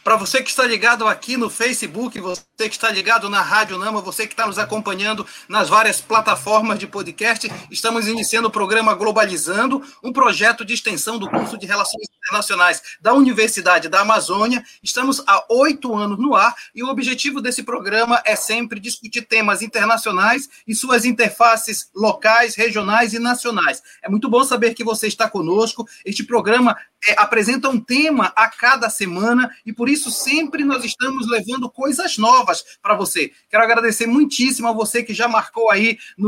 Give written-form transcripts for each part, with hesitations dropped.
Para você que está ligado aqui no Facebook, você que está ligado na Rádio Nama, você que está nos acompanhando nas várias plataformas de podcast, estamos iniciando o programa Globalizando, um projeto de extensão do curso de Relações Internacionais da Universidade da Amazônia. Estamos há 8 anos no ar e o objetivo desse programa é sempre discutir temas internacionais e suas interfaces locais, regionais e nacionais. É muito bom saber que você está conosco. Este programa apresenta um tema a cada semana e por isso sempre nós estamos levando coisas novas para você. Quero agradecer muitíssimo a você que já marcou aí na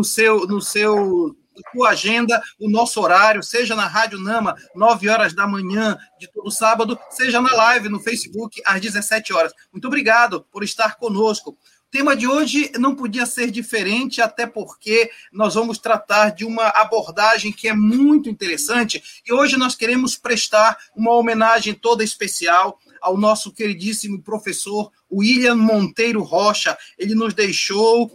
sua agenda o nosso horário, seja na Rádio Nama, 9 horas da manhã de todo sábado, seja na live no Facebook às 17 horas. Muito obrigado por estar conosco. O tema de hoje não podia ser diferente, até porque nós vamos tratar de uma abordagem que é muito interessante e hoje nós queremos prestar uma homenagem toda especial ao nosso queridíssimo professor William Monteiro Rocha. Ele nos deixou,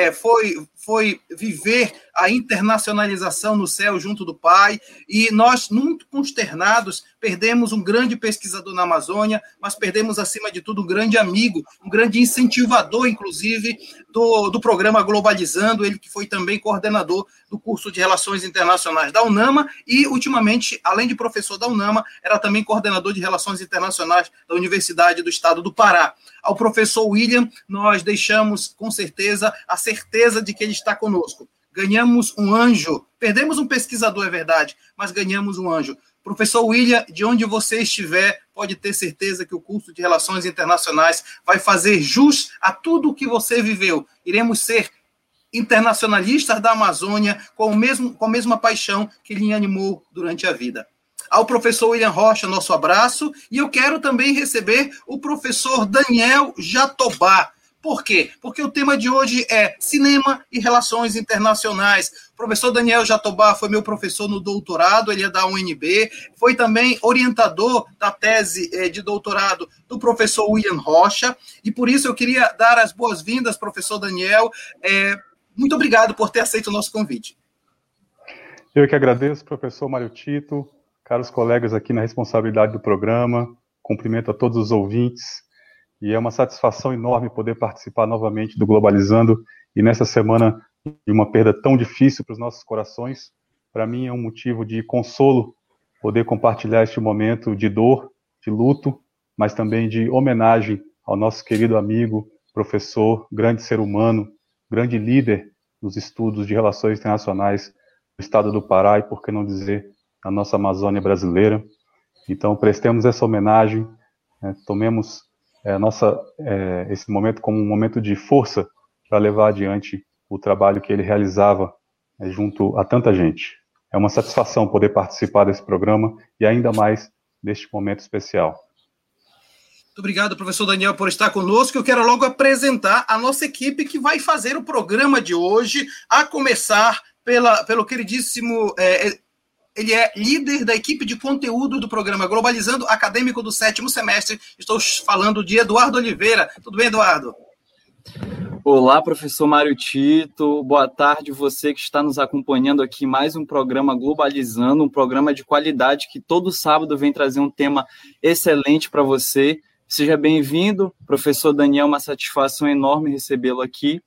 foi viver a internacionalização no céu junto do pai, e nós, muito consternados, perdemos um grande pesquisador na Amazônia, mas perdemos, acima de tudo, um grande amigo, um grande incentivador, inclusive, do programa Globalizando, ele que foi também coordenador do curso de Relações Internacionais da UNAMA e, ultimamente, além de professor da UNAMA, era também coordenador de Relações Internacionais da Universidade do Estado do Pará. Ao professor William, nós deixamos, com certeza, a certeza de que ele está conosco. Ganhamos um anjo, perdemos um pesquisador, é verdade, mas ganhamos um anjo. Professor William, de onde você estiver, pode ter certeza que o curso de Relações Internacionais vai fazer jus a tudo o que você viveu. Iremos ser internacionalistas da Amazônia com a mesma paixão que lhe animou durante a vida. Ao professor William Rocha, nosso abraço, e eu quero também receber o professor Daniel Jatobá. Por quê? Porque o tema de hoje é cinema e relações internacionais. O professor Daniel Jatobá foi meu professor no doutorado, ele é da UNB, foi também orientador da tese de doutorado do professor William Rocha, e por isso eu queria dar as boas-vindas, professor Daniel. Muito obrigado por ter aceito o nosso convite. Eu que agradeço, professor Mário Tito, caros colegas aqui na responsabilidade do programa, cumprimento a todos os ouvintes, e é uma satisfação enorme poder participar novamente do Globalizando, e nessa semana de uma perda tão difícil para os nossos corações, para mim é um motivo de consolo poder compartilhar este momento de dor, de luto, mas também de homenagem ao nosso querido amigo, professor, grande ser humano, grande líder nos estudos de relações internacionais do estado do Pará e, por que não dizer, na nossa Amazônia brasileira. Então, prestemos essa homenagem, tomemos esse momento como um momento de força para levar adiante o trabalho que ele realizava junto a tanta gente. É uma satisfação poder participar desse programa e ainda mais deste momento especial. Muito obrigado, professor Daniel, por estar conosco. Eu quero logo apresentar a nossa equipe que vai fazer o programa de hoje, a começar pelo queridíssimo... Ele é líder da equipe de conteúdo do programa Globalizando, acadêmico do 7º semestre. Estou falando de Eduardo Oliveira. Tudo bem, Eduardo? Olá, professor Mário Tito. Boa tarde, você que está nos acompanhando aqui em mais um programa Globalizando, um programa de qualidade que todo sábado vem trazer um tema excelente para você. Seja bem-vindo, professor Daniel, uma satisfação enorme recebê-lo aqui.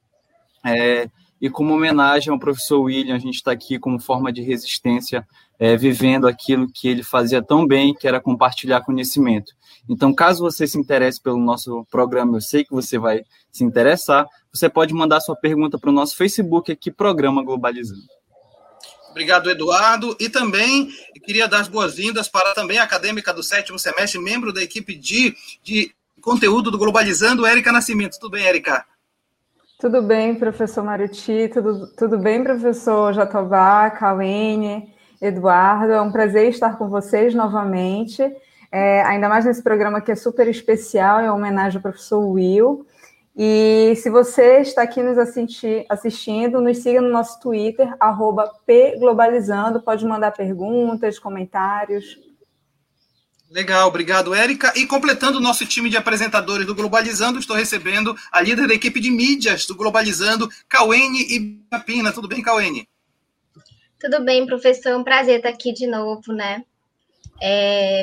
E como homenagem ao professor William, a gente está aqui como forma de resistência, vivendo aquilo que ele fazia tão bem, que era compartilhar conhecimento. Então, caso você se interesse pelo nosso programa, eu sei que você vai se interessar, você pode mandar sua pergunta para o nosso Facebook aqui, Programa Globalizando. Obrigado, Eduardo. E também queria dar as boas-vindas para também a acadêmica do 7º semestre, membro da equipe de conteúdo do Globalizando, Érica Nascimento. Tudo bem, Érica? Tudo bem, professor Mário Tito, tudo bem, professor Jatobá, Cauene, Eduardo, é um prazer estar com vocês novamente, ainda mais nesse programa que é super especial, é uma homenagem ao professor Will, e se você está aqui nos assistindo, nos siga no nosso Twitter, @pglobalizando, pode mandar perguntas, comentários. Legal, obrigado, Érica. E completando o nosso time de apresentadores do Globalizando, estou recebendo a líder da equipe de mídias do Globalizando, Cauene Ibapina. Tudo bem, Cauene? Tudo bem, professor. É um prazer estar aqui de novo, né?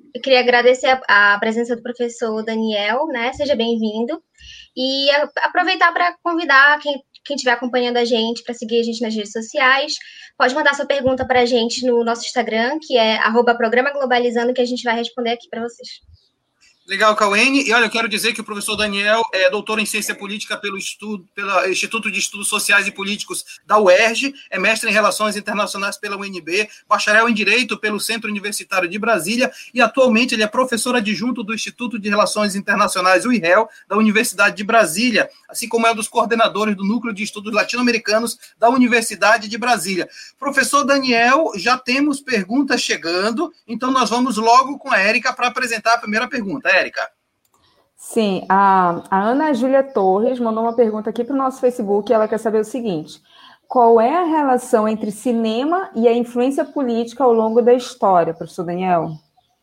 Eu queria agradecer a presença do professor Daniel, né? Seja bem-vindo. E aproveitar para convidar quem estiver acompanhando a gente para seguir a gente nas redes sociais. Pode mandar sua pergunta para a gente no nosso Instagram, que é @programa globalizando, que a gente vai responder aqui para vocês. Legal, Cauene. E olha, eu quero dizer que o professor Daniel é doutor em ciência política pelo Instituto de Estudos Sociais e Políticos da UERJ, é mestre em relações internacionais pela UNB, bacharel em direito pelo Centro Universitário de Brasília e atualmente ele é professor adjunto do Instituto de Relações Internacionais, o IREL, da Universidade de Brasília, assim como é um dos coordenadores do Núcleo de Estudos Latino-Americanos da Universidade de Brasília. Professor Daniel, já temos perguntas chegando, então nós vamos logo com a Érica para apresentar a primeira pergunta. Érica. Sim, a Ana Júlia Torres mandou uma pergunta aqui para o nosso Facebook e ela quer saber o seguinte: qual é a relação entre cinema e a influência política ao longo da história, professor Daniel?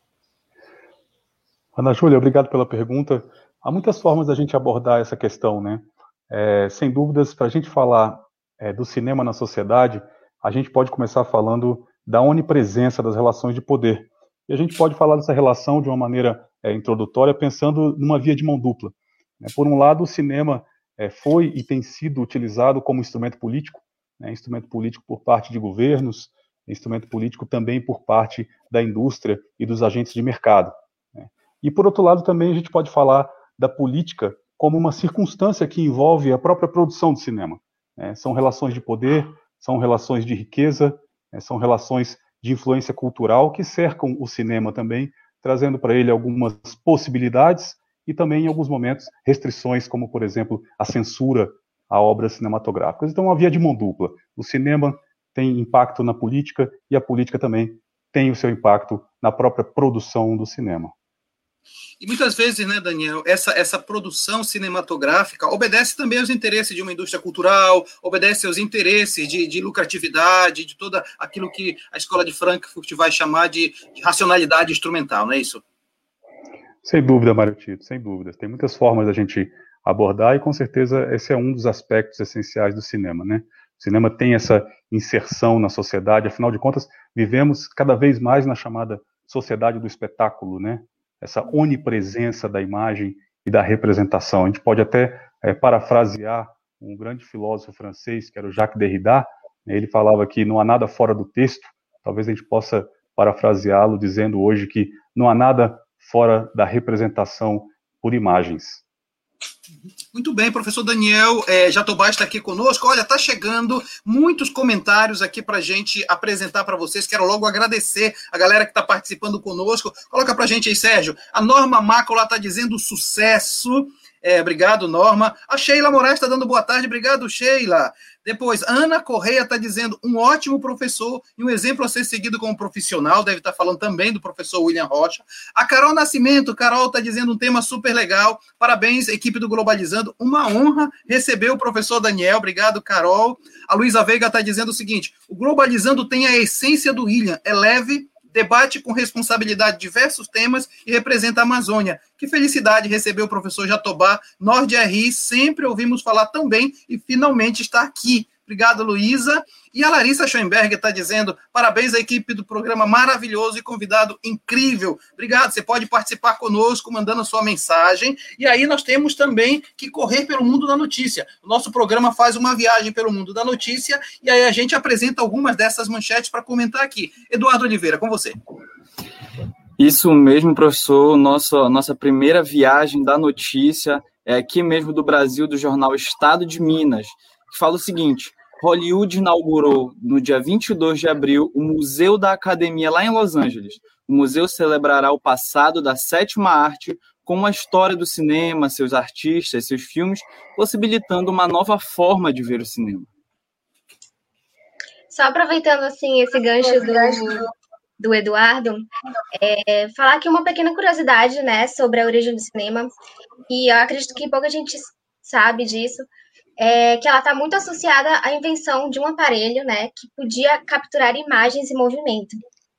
Ana Júlia, obrigado pela pergunta. Há muitas formas da gente abordar essa questão, né? Sem dúvidas, para a gente falar do cinema na sociedade, a gente pode começar falando da onipresença das relações de poder. E a gente pode falar dessa relação de uma maneira introdutória, pensando numa via de mão dupla. Por um lado, o cinema foi e tem sido utilizado como instrumento político por parte de governos, instrumento político também por parte da indústria e dos agentes de mercado. E, por outro lado, também a gente pode falar da política como uma circunstância que envolve a própria produção do cinema. São relações de poder, são relações de riqueza, são relações de influência cultural que cercam o cinema também, trazendo para ele algumas possibilidades e também, em alguns momentos, restrições, como, por exemplo, a censura a obras cinematográficas. Então, é uma via de mão dupla. O cinema tem impacto na política e a política também tem o seu impacto na própria produção do cinema. E muitas vezes, né, Daniel, essa produção cinematográfica obedece também aos interesses de uma indústria cultural, obedece aos interesses de lucratividade, de toda aquilo que a escola de Frankfurt vai chamar de racionalidade instrumental, não é isso? Sem dúvida, Mário Tito, sem dúvidas. Tem muitas formas da gente abordar e, com certeza, esse é um dos aspectos essenciais do cinema, né? O cinema tem essa inserção na sociedade, afinal de contas, vivemos cada vez mais na chamada sociedade do espetáculo, né? Essa onipresença da imagem e da representação. A gente pode até parafrasear um grande filósofo francês, que era o Jacques Derrida, ele falava que não há nada fora do texto. Talvez a gente possa parafraseá-lo dizendo hoje que não há nada fora da representação por imagens. Muito bem, professor Daniel Jatobá está aqui conosco. Olha, está chegando muitos comentários aqui para a gente apresentar para vocês. Quero logo agradecer a galera que está participando conosco. Coloca para a gente aí, Sérgio. A Norma Mácula está dizendo sucesso. Obrigado, Norma. A Sheila Moraes está dando boa tarde. Obrigado, Sheila. Depois, Ana Correia está dizendo um ótimo professor e um exemplo a ser seguido como profissional. Deve estar falando também do professor William Rocha. A Carol Nascimento. Carol está dizendo um tema super legal. Parabéns, equipe do Globalizando. Uma honra receber o professor Daniel. Obrigado, Carol. A Luísa Veiga está dizendo o seguinte: o Globalizando tem a essência do William. É leve, debate com responsabilidade diversos temas e representa a Amazônia. Que felicidade receber o professor Jatobá, Nord RI, sempre ouvimos falar tão bem e finalmente está aqui. Obrigado, Luísa. E a Larissa Schoenberg está dizendo, parabéns à equipe do programa maravilhoso e convidado incrível. Obrigado, você pode participar conosco, mandando sua mensagem. E aí nós temos também que correr pelo mundo da notícia. O nosso programa faz uma viagem pelo mundo da notícia e aí a gente apresenta algumas dessas manchetes para comentar aqui. Eduardo Oliveira, com você. Isso mesmo, professor. Nossa primeira viagem da notícia é aqui mesmo do Brasil, do jornal Estado de Minas, que fala o seguinte: Hollywood inaugurou no dia 22 de abril o Museu da Academia lá em Los Angeles. O museu celebrará o passado da sétima arte com a história do cinema, seus artistas, seus filmes, possibilitando uma nova forma de ver o cinema. Só aproveitando assim esse gancho do Eduardo, falar aqui uma pequena curiosidade, né, sobre a origem do cinema, e eu acredito que pouca gente sabe disso, que ela está muito associada à invenção de um aparelho, né, que podia capturar imagens e movimento.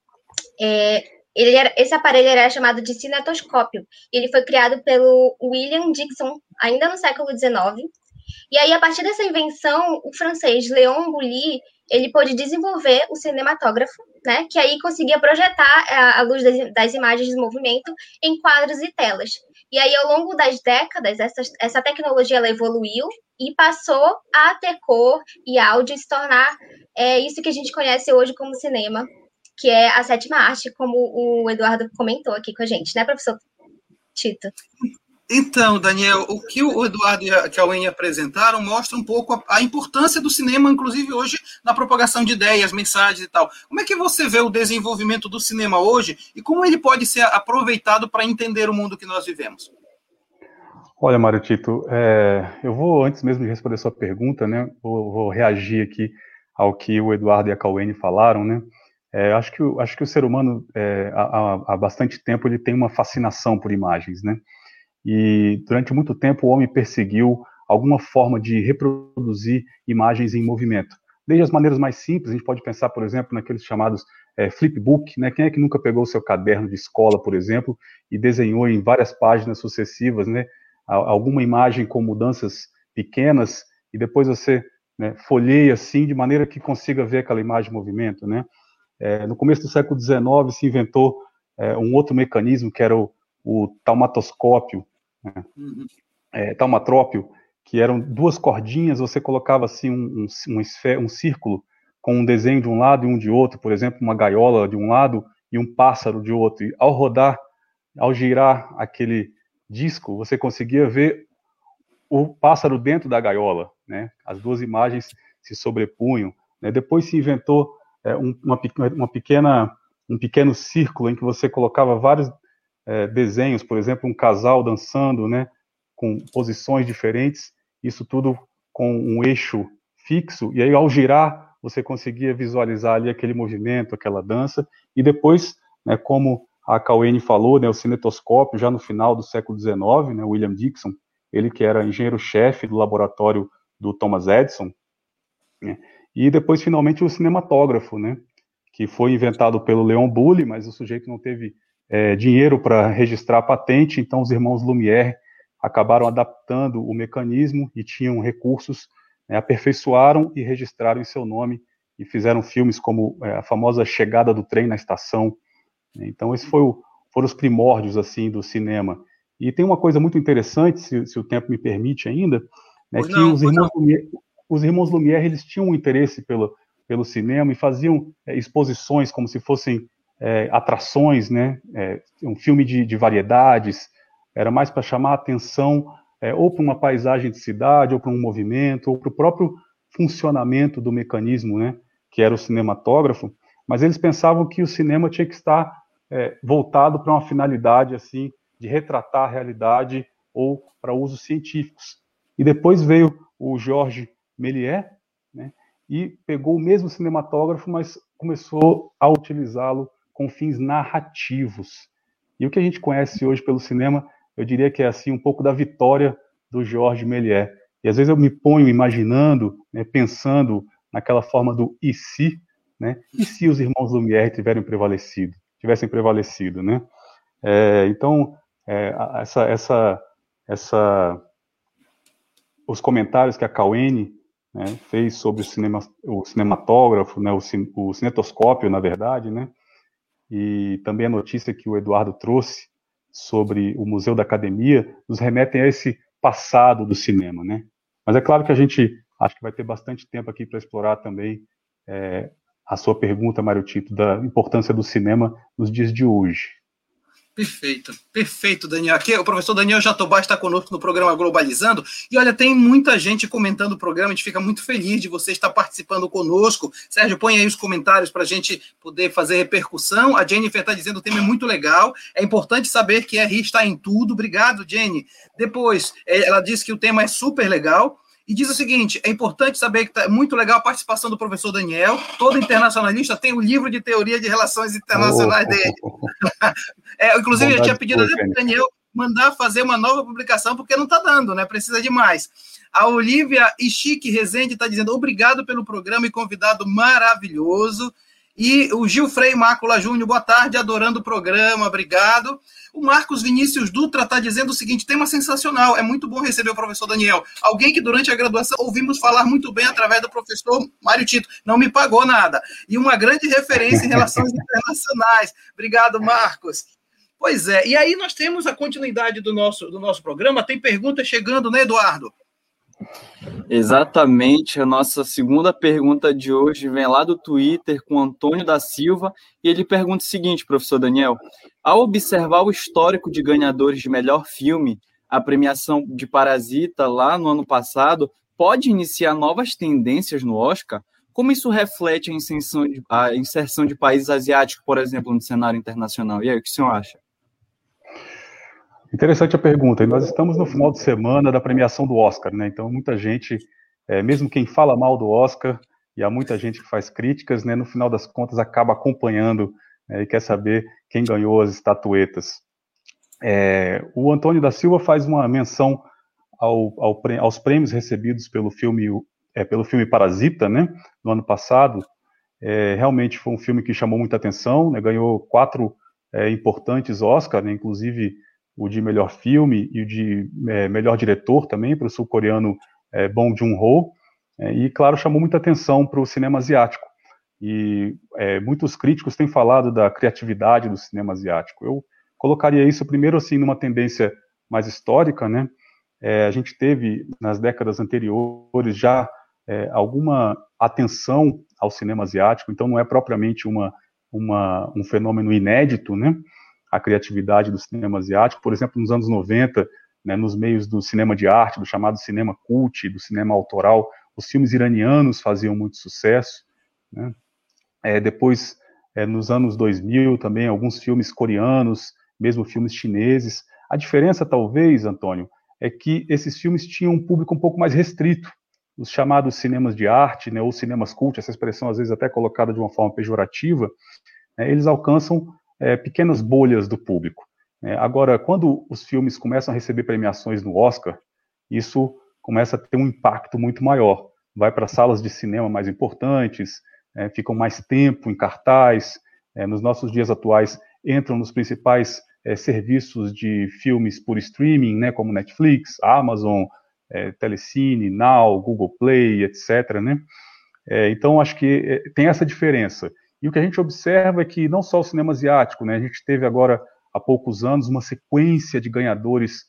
Esse aparelho era chamado de cinetoscópio. Ele foi criado pelo William Dixon, ainda no século XIX, E aí, a partir dessa invenção, o francês Léon Bouly, ele pôde desenvolver o cinematógrafo, né, que aí conseguia projetar a luz das imagens de movimento em quadros e telas. E aí, ao longo das décadas, essa tecnologia ela evoluiu e passou a ter cor e áudio e se tornar isso que a gente conhece hoje como cinema, que é a sétima arte, como o Eduardo comentou aqui com a gente, né, professor Tito? Então, Daniel, o que o Eduardo e a Cauene apresentaram mostra um pouco a importância do cinema, inclusive hoje, na propagação de ideias, mensagens e tal. Como é que você vê o desenvolvimento do cinema hoje e como ele pode ser aproveitado para entender o mundo que nós vivemos? Olha, Mário Tito, eu vou, antes mesmo de responder a sua pergunta, né, vou reagir aqui ao que o Eduardo e a Cauene falaram, né. Acho que o ser humano, há bastante tempo, ele tem uma fascinação por imagens, né. E durante muito tempo o homem perseguiu alguma forma de reproduzir imagens em movimento. Desde as maneiras mais simples, a gente pode pensar, por exemplo, naqueles chamados flipbook, né? Quem é que nunca pegou o seu caderno de escola, por exemplo, e desenhou em várias páginas sucessivas, né, alguma imagem com mudanças pequenas, e depois você, né, folheia assim, de maneira que consiga ver aquela imagem em movimento, né? No começo do século XIX se inventou um outro mecanismo, que era o taumatoscópio, né? Taumatrópio, que eram duas cordinhas, você colocava assim um círculo com um desenho de um lado e um de outro, por exemplo, uma gaiola de um lado e um pássaro de outro. E ao rodar, ao girar aquele disco, você conseguia ver o pássaro dentro da gaiola, né? As duas imagens se sobrepunham, né? Depois se inventou um pequeno círculo em que você colocava vários desenhos, por exemplo, um casal dançando, né, com posições diferentes, isso tudo com um eixo fixo, e aí ao girar você conseguia visualizar ali aquele movimento, aquela dança, e depois, né, como a Cauene falou, né, o cinetoscópio, já no final do século XIX, né, William Dickson, ele que era engenheiro-chefe do laboratório do Thomas Edison, né, e depois finalmente o cinematógrafo, né, que foi inventado pelo Léon Bouly, mas o sujeito não teve dinheiro para registrar a patente, então os irmãos Lumière acabaram adaptando o mecanismo e tinham recursos, né, aperfeiçoaram e registraram em seu nome e fizeram filmes como a famosa Chegada do Trem na Estação. Então esses foram os primórdios assim do cinema. E tem uma coisa muito interessante, se o tempo me permite ainda, né, que os irmãos Lumière eles tinham um interesse pelo cinema e faziam exposições como se fossem atrações, né? Um filme de variedades, era mais para chamar a atenção ou para uma paisagem de cidade, ou para um movimento, ou para o próprio funcionamento do mecanismo, né, que era o cinematógrafo, mas eles pensavam que o cinema tinha que estar voltado para uma finalidade assim, de retratar a realidade ou para usos científicos. E depois veio o Georges Méliès, né, e pegou o mesmo cinematógrafo, mas começou a utilizá-lo com fins narrativos. E o que a gente conhece hoje pelo cinema, eu diria que é assim um pouco da vitória do Georges Méliès. E às vezes eu me ponho imaginando, né, pensando naquela forma do e se, né? E se os irmãos Lumière tivessem prevalecido, né? Então, os comentários que a Cauene, né, fez sobre o cinematógrafo, né, o cinetoscópio, na verdade, né? E também a notícia que o Eduardo trouxe sobre o Museu da Academia nos remetem a esse passado do cinema, né? Mas é claro que a gente acho que vai ter bastante tempo aqui para explorar também a sua pergunta, Mário Tito, da importância do cinema nos dias de hoje. Perfeito, Daniel. Aqui o professor Daniel Jatobá está conosco no programa Globalizando, e olha, tem muita gente comentando o programa, a gente fica muito feliz de você estar participando conosco. Sérgio, põe aí os comentários para a gente poder fazer repercussão. A Jennifer está dizendo que o tema é muito legal, é importante saber que RI está em tudo. Obrigado, Jenny. Depois, ela disse que o tema é super legal, e diz o seguinte, é importante saber que está muito legal a participação do professor Daniel, todo internacionalista, tem o livro de teoria de relações internacionais dele. Inclusive, eu tinha pedido até para o Daniel mandar fazer uma nova publicação, porque não está dando, né? Precisa de mais. A Olivia Ishiki Rezende está dizendo, obrigado pelo programa e convidado maravilhoso. E o Gilfrey Mácula Júnior, boa tarde, adorando o programa, obrigado. O Marcos Vinícius Dutra está dizendo o seguinte, tema sensacional, é muito bom receber o professor Daniel, alguém que durante a graduação ouvimos falar muito bem através do professor Mário Tito, não me pagou nada, e uma grande referência em relações internacionais. Obrigado, Marcos. Pois é, e aí nós temos a continuidade do nosso programa, tem pergunta chegando, né, Eduardo? Exatamente, a nossa segunda pergunta de hoje vem lá do Twitter com Antônio da Silva, e ele pergunta o seguinte, professor Daniel, ao observar o histórico de ganhadores de melhor filme, a premiação de Parasita lá no ano passado, pode iniciar novas tendências no Oscar? Como isso reflete a inserção de países asiáticos, por exemplo, no cenário internacional? E aí, o que o senhor acha? Interessante a pergunta. E nós estamos no final de semana da premiação do Oscar, né? Então, muita gente, mesmo quem fala mal do Oscar, e há muita gente que faz críticas, né? No final das contas, acaba acompanhando e quer saber quem ganhou as estatuetas. O Antônio da Silva faz uma menção aos prêmios recebidos pelo filme Parasita, né? No ano passado. Realmente foi um filme que chamou muita atenção, né? Ganhou 4 importantes Oscars, né? Inclusive o de melhor filme e o de melhor diretor também, para o sul-coreano Bong Joon-ho, e, claro, chamou muita atenção para o cinema asiático. E muitos críticos têm falado da criatividade do cinema asiático. Eu colocaria isso primeiro, assim, numa tendência mais histórica, né? A gente teve, nas décadas anteriores, já alguma atenção ao cinema asiático, então não é propriamente um fenômeno inédito, né? A criatividade do cinema asiático, por exemplo, nos anos 90, né, nos meios do cinema de arte, do chamado cinema cult, do cinema autoral, os filmes iranianos faziam muito sucesso, né? Depois, nos anos 2000, também alguns filmes coreanos, mesmo filmes chineses. A diferença, talvez, Antônio, é que esses filmes tinham um público um pouco mais restrito. Os chamados cinemas de arte, né, ou cinemas cult, essa expressão às vezes até colocada de uma forma pejorativa, eles alcançam pequenas bolhas do público. Agora, quando os filmes começam a receber premiações no Oscar, isso começa a ter um impacto muito maior. Vai para salas de cinema mais importantes, ficam mais tempo em cartaz, nos nossos dias atuais entram nos principais serviços de filmes por streaming, né, como Netflix, Amazon, Telecine, Now, Google Play, etc., né? Então, acho que tem essa diferença. E o que a gente observa é que não só o cinema asiático, né, a gente teve agora, há poucos anos, uma sequência de ganhadores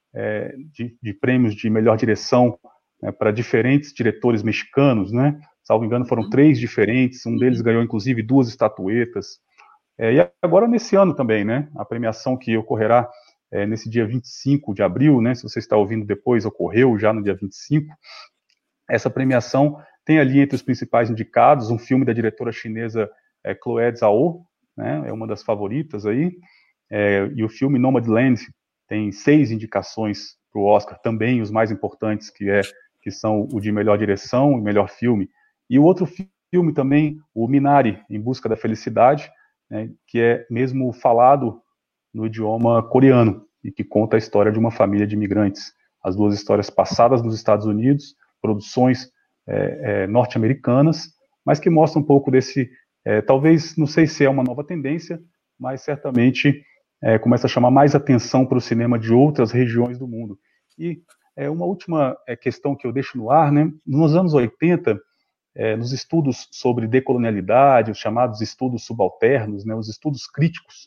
de prêmios de melhor direção para diferentes diretores mexicanos, né? Salvo engano, foram 3 diferentes, um deles ganhou, inclusive, 2 estatuetas. E agora, nesse ano também, né, a premiação que ocorrerá nesse dia 25 de abril, né, se você está ouvindo depois, ocorreu já no dia 25, essa premiação tem ali entre os principais indicados um filme da diretora chinesa Chloé Zhao, né, é uma das favoritas aí, e o filme Nomadland tem 6 indicações para o Oscar, também os mais importantes, que são o de melhor direção e melhor filme. E o outro filme também, o Minari, Em Busca da Felicidade, né, que é mesmo falado no idioma coreano, e que conta a história de uma família de imigrantes. As 2 histórias passadas nos Estados Unidos, produções norte-americanas, mas que mostram um pouco desse, talvez, não sei se é uma nova tendência, mas certamente começa a chamar mais atenção para o cinema de outras regiões do mundo. E uma última questão que eu deixo no ar, né? Nos anos 80, nos estudos sobre decolonialidade, os chamados estudos subalternos, né, os estudos críticos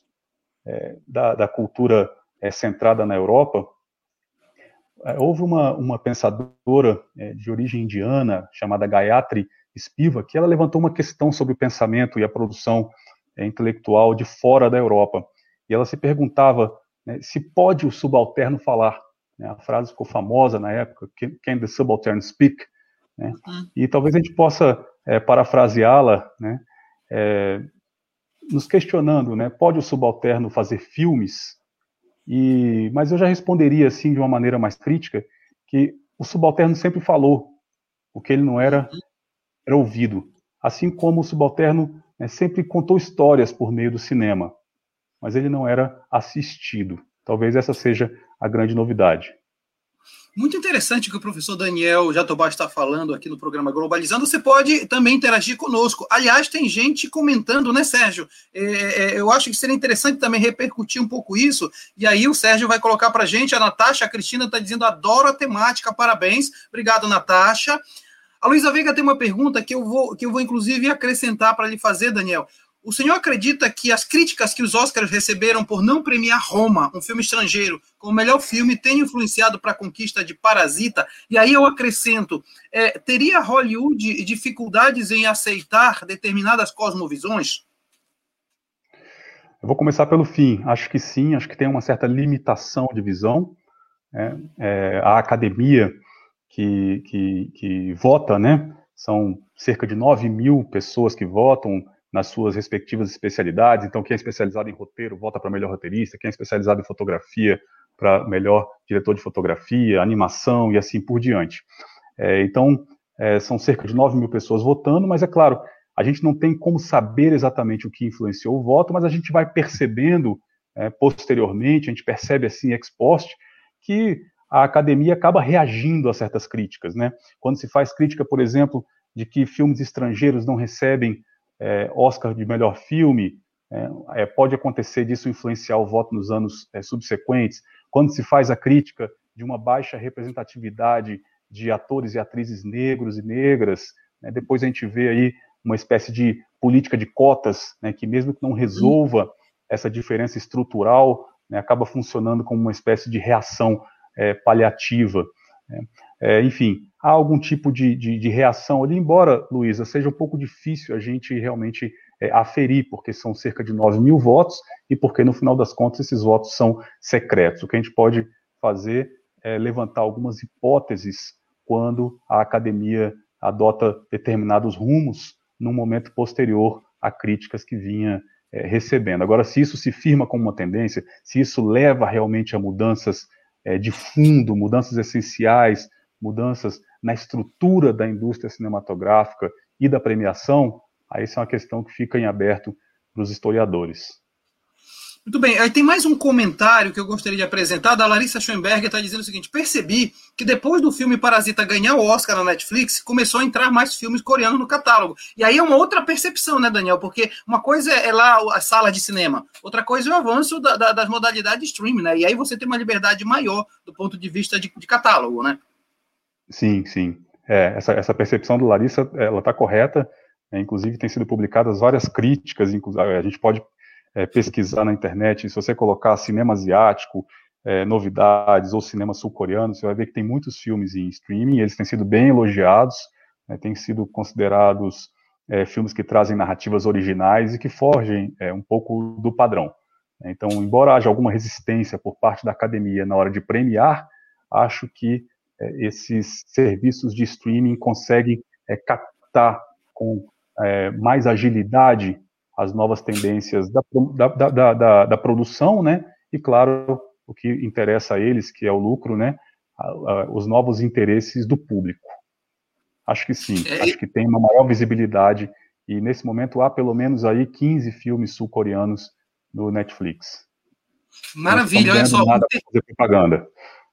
da cultura centrada na Europa, houve uma pensadora de origem indiana, chamada Gayatri Spivak, que ela levantou uma questão sobre o pensamento e a produção intelectual de fora da Europa. E ela se perguntava, né, se pode o subalterno falar. Né? A frase ficou famosa na época, Can the Subaltern Speak? Né? E talvez a gente possa parafraseá-la, né, nos questionando, né, pode o subalterno fazer filmes? Mas eu já responderia assim de uma maneira mais crítica, que o subalterno sempre falou, o que ele não era ouvido. Assim como o subalterno sempre contou histórias por meio do cinema, mas ele não era assistido. Talvez essa seja a grande novidade. Muito interessante o que o professor Daniel Jatobá está falando aqui no programa Globalizando. Você pode também interagir conosco. Aliás, tem gente comentando, né, Sérgio? Eu acho que seria interessante também repercutir um pouco isso. E aí o Sérgio vai colocar para a gente. A Natasha, a Cristina está dizendo, adoro a temática, parabéns. Obrigado, Natasha. A Luísa Veiga tem uma pergunta que eu vou inclusive acrescentar para lhe fazer, Daniel. O senhor acredita que as críticas que os Oscars receberam por não premiar Roma, um filme estrangeiro, como melhor filme, tenham influenciado para a conquista de Parasita? E aí eu acrescento, teria Hollywood dificuldades em aceitar determinadas cosmovisões? Eu vou começar pelo fim. Acho que sim, acho que tem uma certa limitação de visão. A academia que vota, né? São cerca de 9 mil pessoas que votam nas suas respectivas especialidades. Então, quem é especializado em roteiro vota para melhor roteirista, quem é especializado em fotografia para melhor diretor de fotografia, animação e assim por diante. Então, são cerca de 9 mil pessoas votando, mas é claro, a gente não tem como saber exatamente o que influenciou o voto, mas a gente vai percebendo posteriormente, a gente percebe assim ex post, que a academia acaba reagindo a certas críticas, né? Quando se faz crítica, por exemplo, de que filmes estrangeiros não recebem Oscar de melhor filme, pode acontecer disso influenciar o voto nos anos subsequentes. Quando se faz a crítica de uma baixa representatividade de atores e atrizes negros e negras, né, depois a gente vê aí uma espécie de política de cotas, né, que mesmo que não resolva essa diferença estrutural, né, acaba funcionando como uma espécie de reação paliativa. Enfim, há algum tipo de reação ali, embora, Luísa, seja um pouco difícil a gente realmente aferir, porque são cerca de 9 mil votos e porque, no final das contas, esses votos são secretos. O que a gente pode fazer é levantar algumas hipóteses quando a academia adota determinados rumos num momento posterior a críticas que vinha recebendo. Agora, se isso se firma como uma tendência, se isso leva realmente a mudanças de fundo, mudanças essenciais, mudanças na estrutura da indústria cinematográfica e da premiação, aí isso é uma questão que fica em aberto para os historiadores. Muito bem, aí tem mais um comentário que eu gostaria de apresentar, da Larissa Schoenberger, está dizendo o seguinte: percebi que depois do filme Parasita ganhar o Oscar na Netflix, começou a entrar mais filmes coreanos no catálogo. E aí é uma outra percepção, né, Daniel? Porque uma coisa é lá a sala de cinema, outra coisa é o avanço das modalidades de streaming, né? E aí você tem uma liberdade maior do ponto de vista de catálogo, né? Sim, sim. Essa percepção do Larissa, ela está correta. Inclusive, tem sido publicadas várias críticas, a gente pode pesquisar na internet, se você colocar cinema asiático, novidades ou cinema sul-coreano, você vai ver que tem muitos filmes em streaming, eles têm sido bem elogiados, têm sido considerados filmes que trazem narrativas originais e que fogem um pouco do padrão. Então, embora haja alguma resistência por parte da academia na hora de premiar, acho que esses serviços de streaming conseguem captar com mais agilidade as novas tendências da produção, né? E, claro, o que interessa a eles, que é o lucro, né? Os novos interesses do público. Acho que sim, acho que tem uma maior visibilidade e, nesse momento, há pelo menos aí 15 filmes sul-coreanos no Netflix. Maravilha, olha só. Nada para fazer propaganda.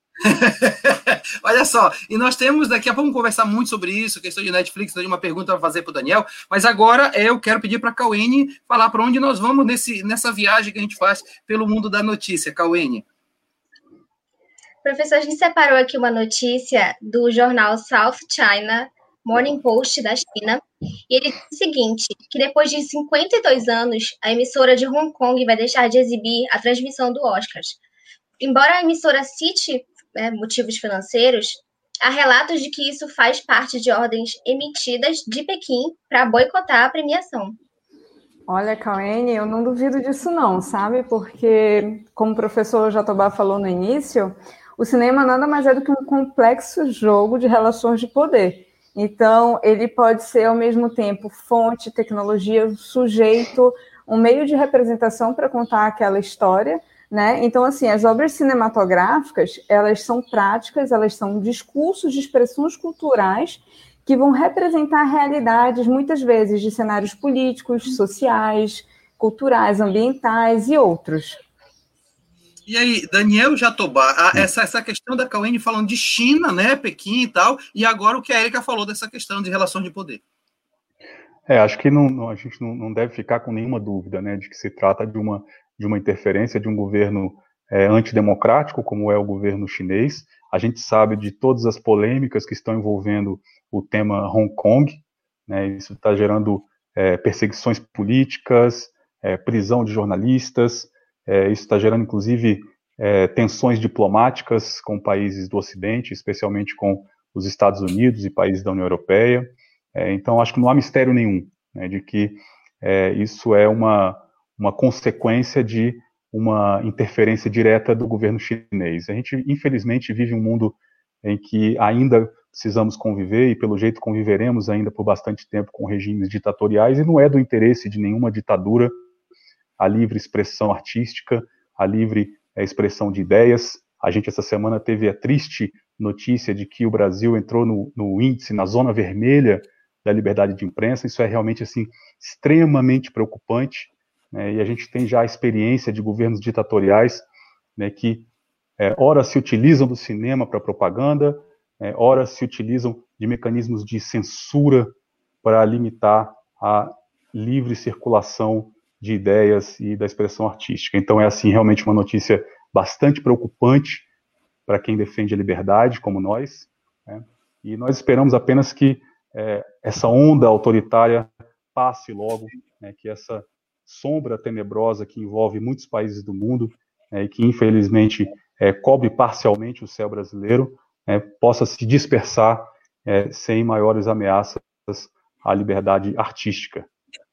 Olha só, e nós temos, daqui a pouco vamos conversar muito sobre isso, questão de Netflix, tem uma pergunta para fazer para o Daniel, mas agora eu quero pedir para a Cauene falar para onde nós vamos nessa viagem que a gente faz pelo mundo da notícia. Cauene. Professor, a gente separou aqui uma notícia do jornal South China Morning Post da China, e ele diz o seguinte, que depois de 52 anos, a emissora de Hong Kong vai deixar de exibir a transmissão do Oscars. Embora a emissora cite motivos financeiros, há relatos de que isso faz parte de ordens emitidas de Pequim para boicotar a premiação. Olha, Cauene, eu não duvido disso não, sabe? Porque, como o professor Jatobá falou no início, o cinema nada mais é do que um complexo jogo de relações de poder. Então, ele pode ser, ao mesmo tempo, fonte, tecnologia, sujeito, um meio de representação para contar aquela história, né? Então, assim, as obras cinematográficas, elas são práticas, elas são discursos de expressões culturais que vão representar realidades, muitas vezes, de cenários políticos, sociais, culturais, ambientais e outros. E aí, Daniel Jatobá, essa questão da Cauene falando de China, né, Pequim e tal, e agora o que a Érica falou dessa questão de relações de poder. Acho que a gente não deve ficar com nenhuma dúvida, né, de que se trata de uma interferência de um governo antidemocrático, como é o governo chinês. A gente sabe de todas as polêmicas que estão envolvendo o tema Hong Kong, né, isso está gerando perseguições políticas, prisão de jornalistas, isso está gerando, inclusive, tensões diplomáticas com países do Ocidente, especialmente com os Estados Unidos e países da União Europeia. Então, acho que não há mistério nenhum, né, de que isso é uma consequência de uma interferência direta do governo chinês. A gente, infelizmente, vive um mundo em que ainda precisamos conviver, e pelo jeito conviveremos ainda por bastante tempo com regimes ditatoriais, e não é do interesse de nenhuma ditadura a livre expressão artística, a livre expressão de ideias. A gente, essa semana, teve a triste notícia de que o Brasil entrou no índice, na zona vermelha da liberdade de imprensa. Isso é realmente, assim, extremamente preocupante, né? E a gente tem já a experiência de governos ditatoriais, né, que ora se utilizam do cinema para propaganda, ora se utilizam de mecanismos de censura para limitar a livre circulação de ideias e da expressão artística. Então é, assim, realmente uma notícia bastante preocupante para quem defende a liberdade, como nós, né? E nós esperamos apenas que essa onda autoritária passe logo, né, que essa sombra tenebrosa que envolve muitos países do mundo, e que infelizmente cobre parcialmente o céu brasileiro, possa se dispersar sem maiores ameaças à liberdade artística.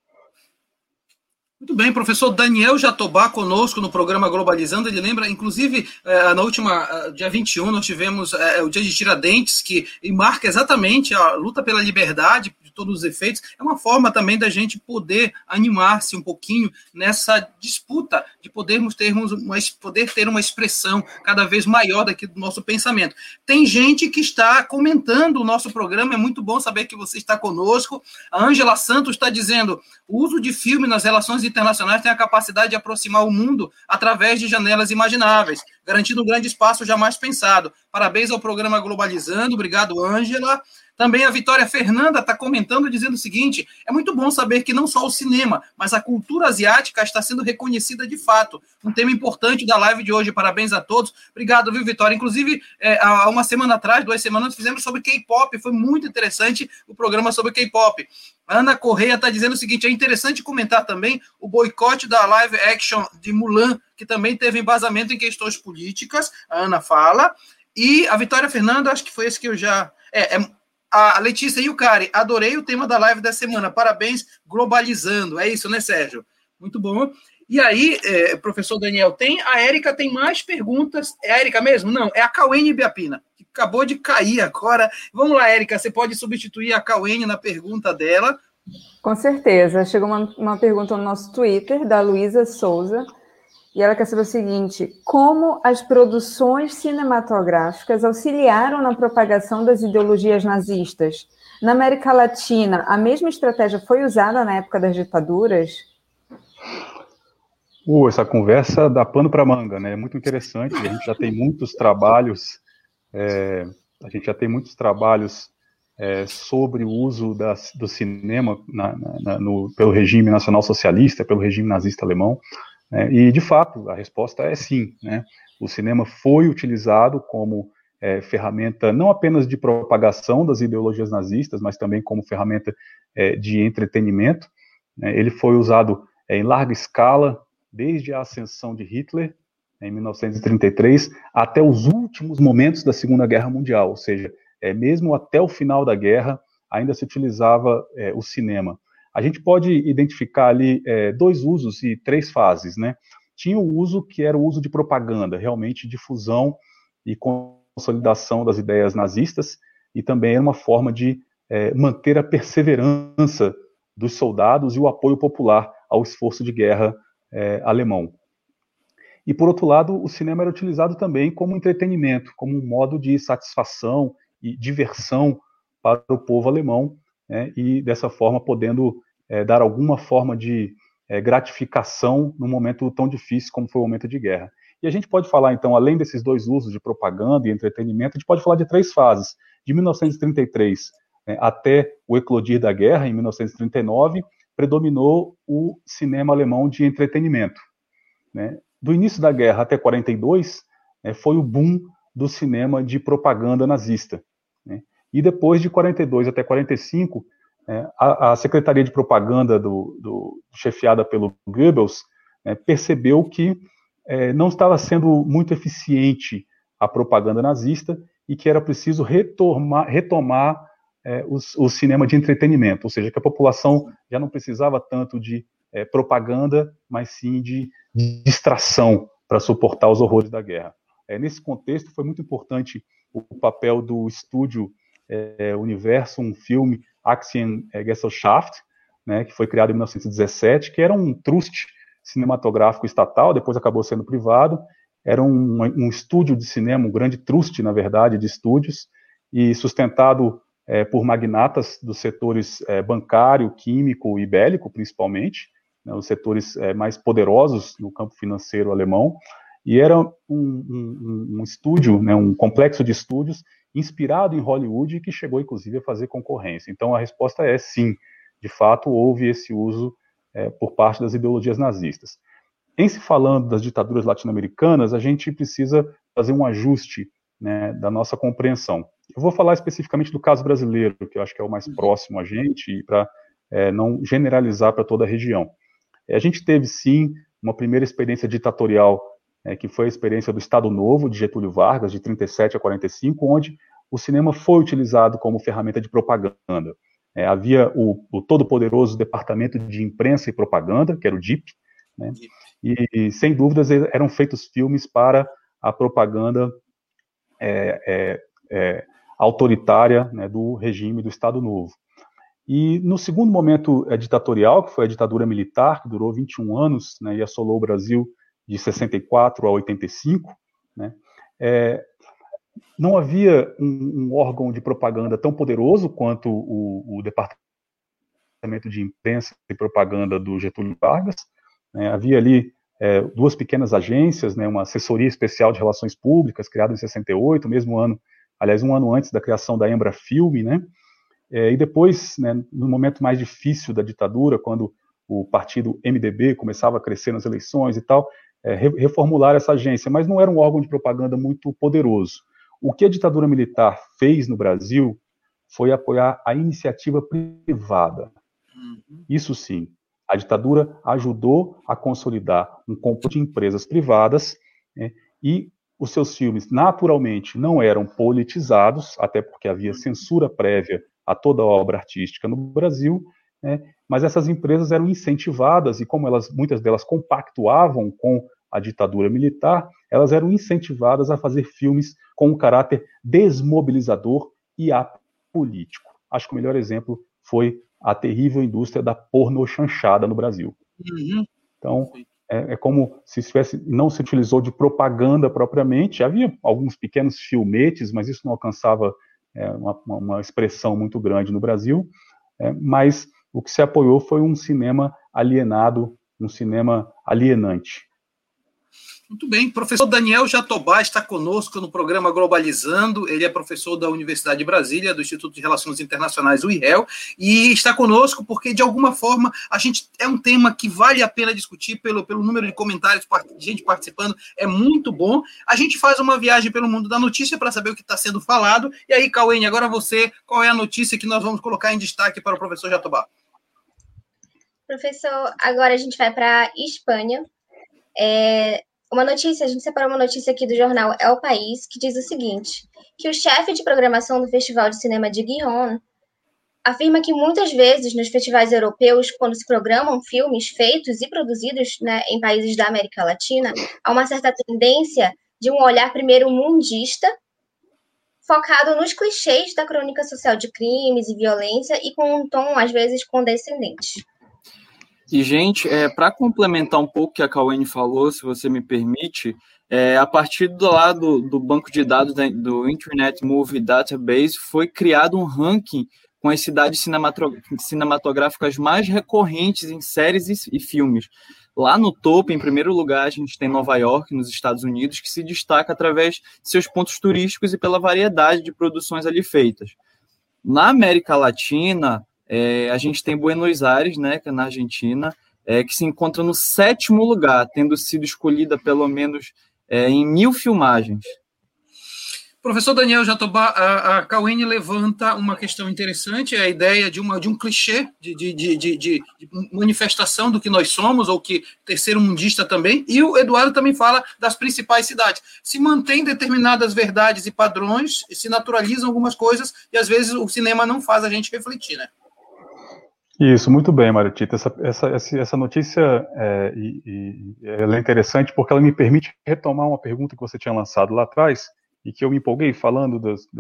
Muito bem, professor Daniel Jatobá conosco no programa Globalizando. Ele lembra, inclusive, na última, dia 21, nós tivemos o Dia de Tiradentes, que marca exatamente a luta pela liberdade, de todos os efeitos. É uma forma também da gente poder animar-se um pouquinho nessa disputa de poder ter uma expressão cada vez maior daqui do nosso pensamento. Tem gente que está comentando o nosso programa, é muito bom saber que você está conosco. A Ângela Santos está dizendo: o uso de filme nas relações internacionais tem a capacidade de aproximar o mundo através de janelas imagináveis, garantindo um grande espaço jamais pensado. Parabéns ao programa Globalizando. Obrigado, Ângela. Também a Vitória Fernanda está comentando, dizendo o seguinte: é muito bom saber que não só o cinema, mas a cultura asiática está sendo reconhecida de fato. Um tema importante da live de hoje. Parabéns a todos. Obrigado, viu, Vitória? Inclusive, há uma semana atrás, 2 semanas, fizemos sobre K-pop. Foi muito interessante o programa sobre K-pop. Ana Correia está dizendo o seguinte: é interessante comentar também o boicote da live action de Mulan, que também teve embasamento em questões políticas. A Ana fala. E a Vitória Fernanda, acho que foi esse que eu já... A Letícia e o Cari, adorei o tema da live da semana. Parabéns, Globalizando. É isso, né, Sérgio? Muito bom. E aí, professor Daniel, a Érica tem mais perguntas. É a Érica mesmo? Não, é a Cauene Biapina, que acabou de cair agora. Vamos lá, Érica, você pode substituir a Cauene na pergunta dela? Com certeza. Chegou uma pergunta no nosso Twitter, da Luísa Souza, e ela quer saber o seguinte: como as produções cinematográficas auxiliaram na propagação das ideologias nazistas? Na América Latina, a mesma estratégia foi usada na época das ditaduras? Essa conversa dá pano para manga, né? É muito interessante. A gente já tem muitos trabalhos, sobre o uso do cinema pelo regime nacional-socialista, pelo regime nazista alemão. E, de fato, a resposta é sim, né? O cinema foi utilizado como ferramenta não apenas de propagação das ideologias nazistas, mas também como ferramenta de entretenimento. Ele foi usado em larga escala, desde a ascensão de Hitler, em 1933, até os últimos momentos da Segunda Guerra Mundial, ou seja, mesmo até o final da guerra, ainda se utilizava o cinema. A gente pode identificar ali 2 usos e 3 fases, né? Tinha o uso que era o uso de propaganda, realmente difusão e consolidação das ideias nazistas, e também era uma forma de manter a perseverança dos soldados e o apoio popular ao esforço de guerra alemão. E, por outro lado, o cinema era utilizado também como entretenimento, como um modo de satisfação e diversão para o povo alemão, e dessa forma podendo dar alguma forma de gratificação num momento tão difícil como foi o momento de guerra. E a gente pode falar, então, além desses dois usos de propaganda e entretenimento, a gente pode falar de 3 fases. De 1933 até o eclodir da guerra, em 1939, predominou o cinema alemão de entretenimento. Né? Do início da guerra até 42, foi o boom do cinema de propaganda nazista. Né? E depois de 42 até 45, a Secretaria de Propaganda chefiada pelo Goebbels percebeu que não estava sendo muito eficiente a propaganda nazista e que era preciso retomar o cinema de entretenimento, ou seja, que a população já não precisava tanto de propaganda, mas sim de distração para suportar os horrores da guerra. Nesse contexto, foi muito importante o papel do estúdio Universo, um filme Aktiengesellschaft, né, que foi criado em 1917, que era um trust cinematográfico estatal, depois acabou sendo privado, era um estúdio de cinema, um grande trust, na verdade, de estúdios, e sustentado por magnatas dos setores bancário, químico e bélico, principalmente, né, os setores mais poderosos no campo financeiro alemão, e era um estúdio, né, um complexo de estúdios inspirado em Hollywood e que chegou, inclusive, a fazer concorrência. Então, a resposta é sim, de fato, houve esse uso por parte das ideologias nazistas. Em se falando das ditaduras latino-americanas, a gente precisa fazer um ajuste, né, da nossa compreensão. Eu vou falar especificamente do caso brasileiro, que eu acho que é o mais próximo a gente, e para não generalizar para toda a região. A gente teve, sim, uma primeira experiência ditatorial, que foi a experiência do Estado Novo, de Getúlio Vargas, de 37 a 45, onde o cinema foi utilizado como ferramenta de propaganda. Havia o todo-poderoso Departamento de Imprensa e Propaganda, que era o DIP, né? E, sem dúvidas, eram feitos filmes para a propaganda autoritária, né, do regime do Estado Novo. E no segundo momento ditatorial, que foi a ditadura militar, que durou 21 anos, né, e assolou o Brasil de 64 a 85, né, não havia um órgão de propaganda tão poderoso quanto o Departamento de Imprensa e Propaganda do Getúlio Vargas. Havia ali 2 pequenas agências, né, uma assessoria especial de relações públicas, criada em 68, mesmo ano, aliás, um ano antes da criação da Embrafilme, né, e depois, né, no momento mais difícil da ditadura, quando o partido MDB começava a crescer nas eleições e tal, reformular essa agência, mas não era um órgão de propaganda muito poderoso. O que a ditadura militar fez no Brasil foi apoiar a iniciativa privada. Isso sim, a ditadura ajudou a consolidar um conjunto de empresas privadas, né, e os seus filmes, naturalmente, não eram politizados, até porque havia censura prévia a toda a obra artística no Brasil, né, mas essas empresas eram incentivadas, e como muitas delas compactuavam com a ditadura militar, elas eram incentivadas a fazer filmes com um caráter desmobilizador e apolítico. Acho que o melhor exemplo foi a terrível indústria da pornochanchada no Brasil. Então, é como se não se utilizou de propaganda propriamente, havia alguns pequenos filmetes, mas isso não alcançava uma expressão muito grande no Brasil, mas o que se apoiou foi um cinema alienado, um cinema alienante. Muito bem, professor Daniel Jatobá está conosco no programa Globalizando, ele é professor da Universidade de Brasília, do Instituto de Relações Internacionais, o IREL, e está conosco porque, de alguma forma, é um tema que vale a pena discutir pelo número de comentários, de gente participando, é muito bom. A gente faz uma viagem pelo mundo da notícia para saber o que está sendo falado, e aí, Cauene, agora você, qual é a notícia que nós vamos colocar em destaque para o professor Jatobá? Professor, agora a gente vai para a Espanha. A gente separou uma notícia aqui do jornal É o País, que diz o seguinte, que o chefe de programação do Festival de Cinema de Gijón afirma que muitas vezes nos festivais europeus, quando se programam filmes feitos e produzidos, né, em países da América Latina, há uma certa tendência de um olhar primeiro mundista, focado nos clichês da crônica social de crimes e violência e com um tom, às vezes, condescendente. E, gente, para complementar um pouco o que a Cauene falou, se você me permite, a partir do banco de dados do Internet Movie Database, foi criado um ranking com as cidades cinematográficas mais recorrentes em séries e filmes. Lá no topo, em primeiro lugar, a gente tem Nova York, nos Estados Unidos, que se destaca através de seus pontos turísticos e pela variedade de produções ali feitas. Na América Latina, a gente tem Buenos Aires, né, que é na Argentina, que se encontra no 7º lugar, tendo sido escolhida pelo menos em 1000 filmagens. Professor Daniel Jatobá, a Cauene levanta uma questão interessante, a ideia de um clichê de manifestação do que nós somos, ou que terceiro-mundista também, e o Eduardo também fala das principais cidades. Se mantém determinadas verdades e padrões, se naturalizam algumas coisas, e às vezes o cinema não faz a gente refletir, né? Isso, muito bem, Mário Tito. Essa notícia ela é interessante porque ela me permite retomar uma pergunta que você tinha lançado lá atrás, e que eu me empolguei falando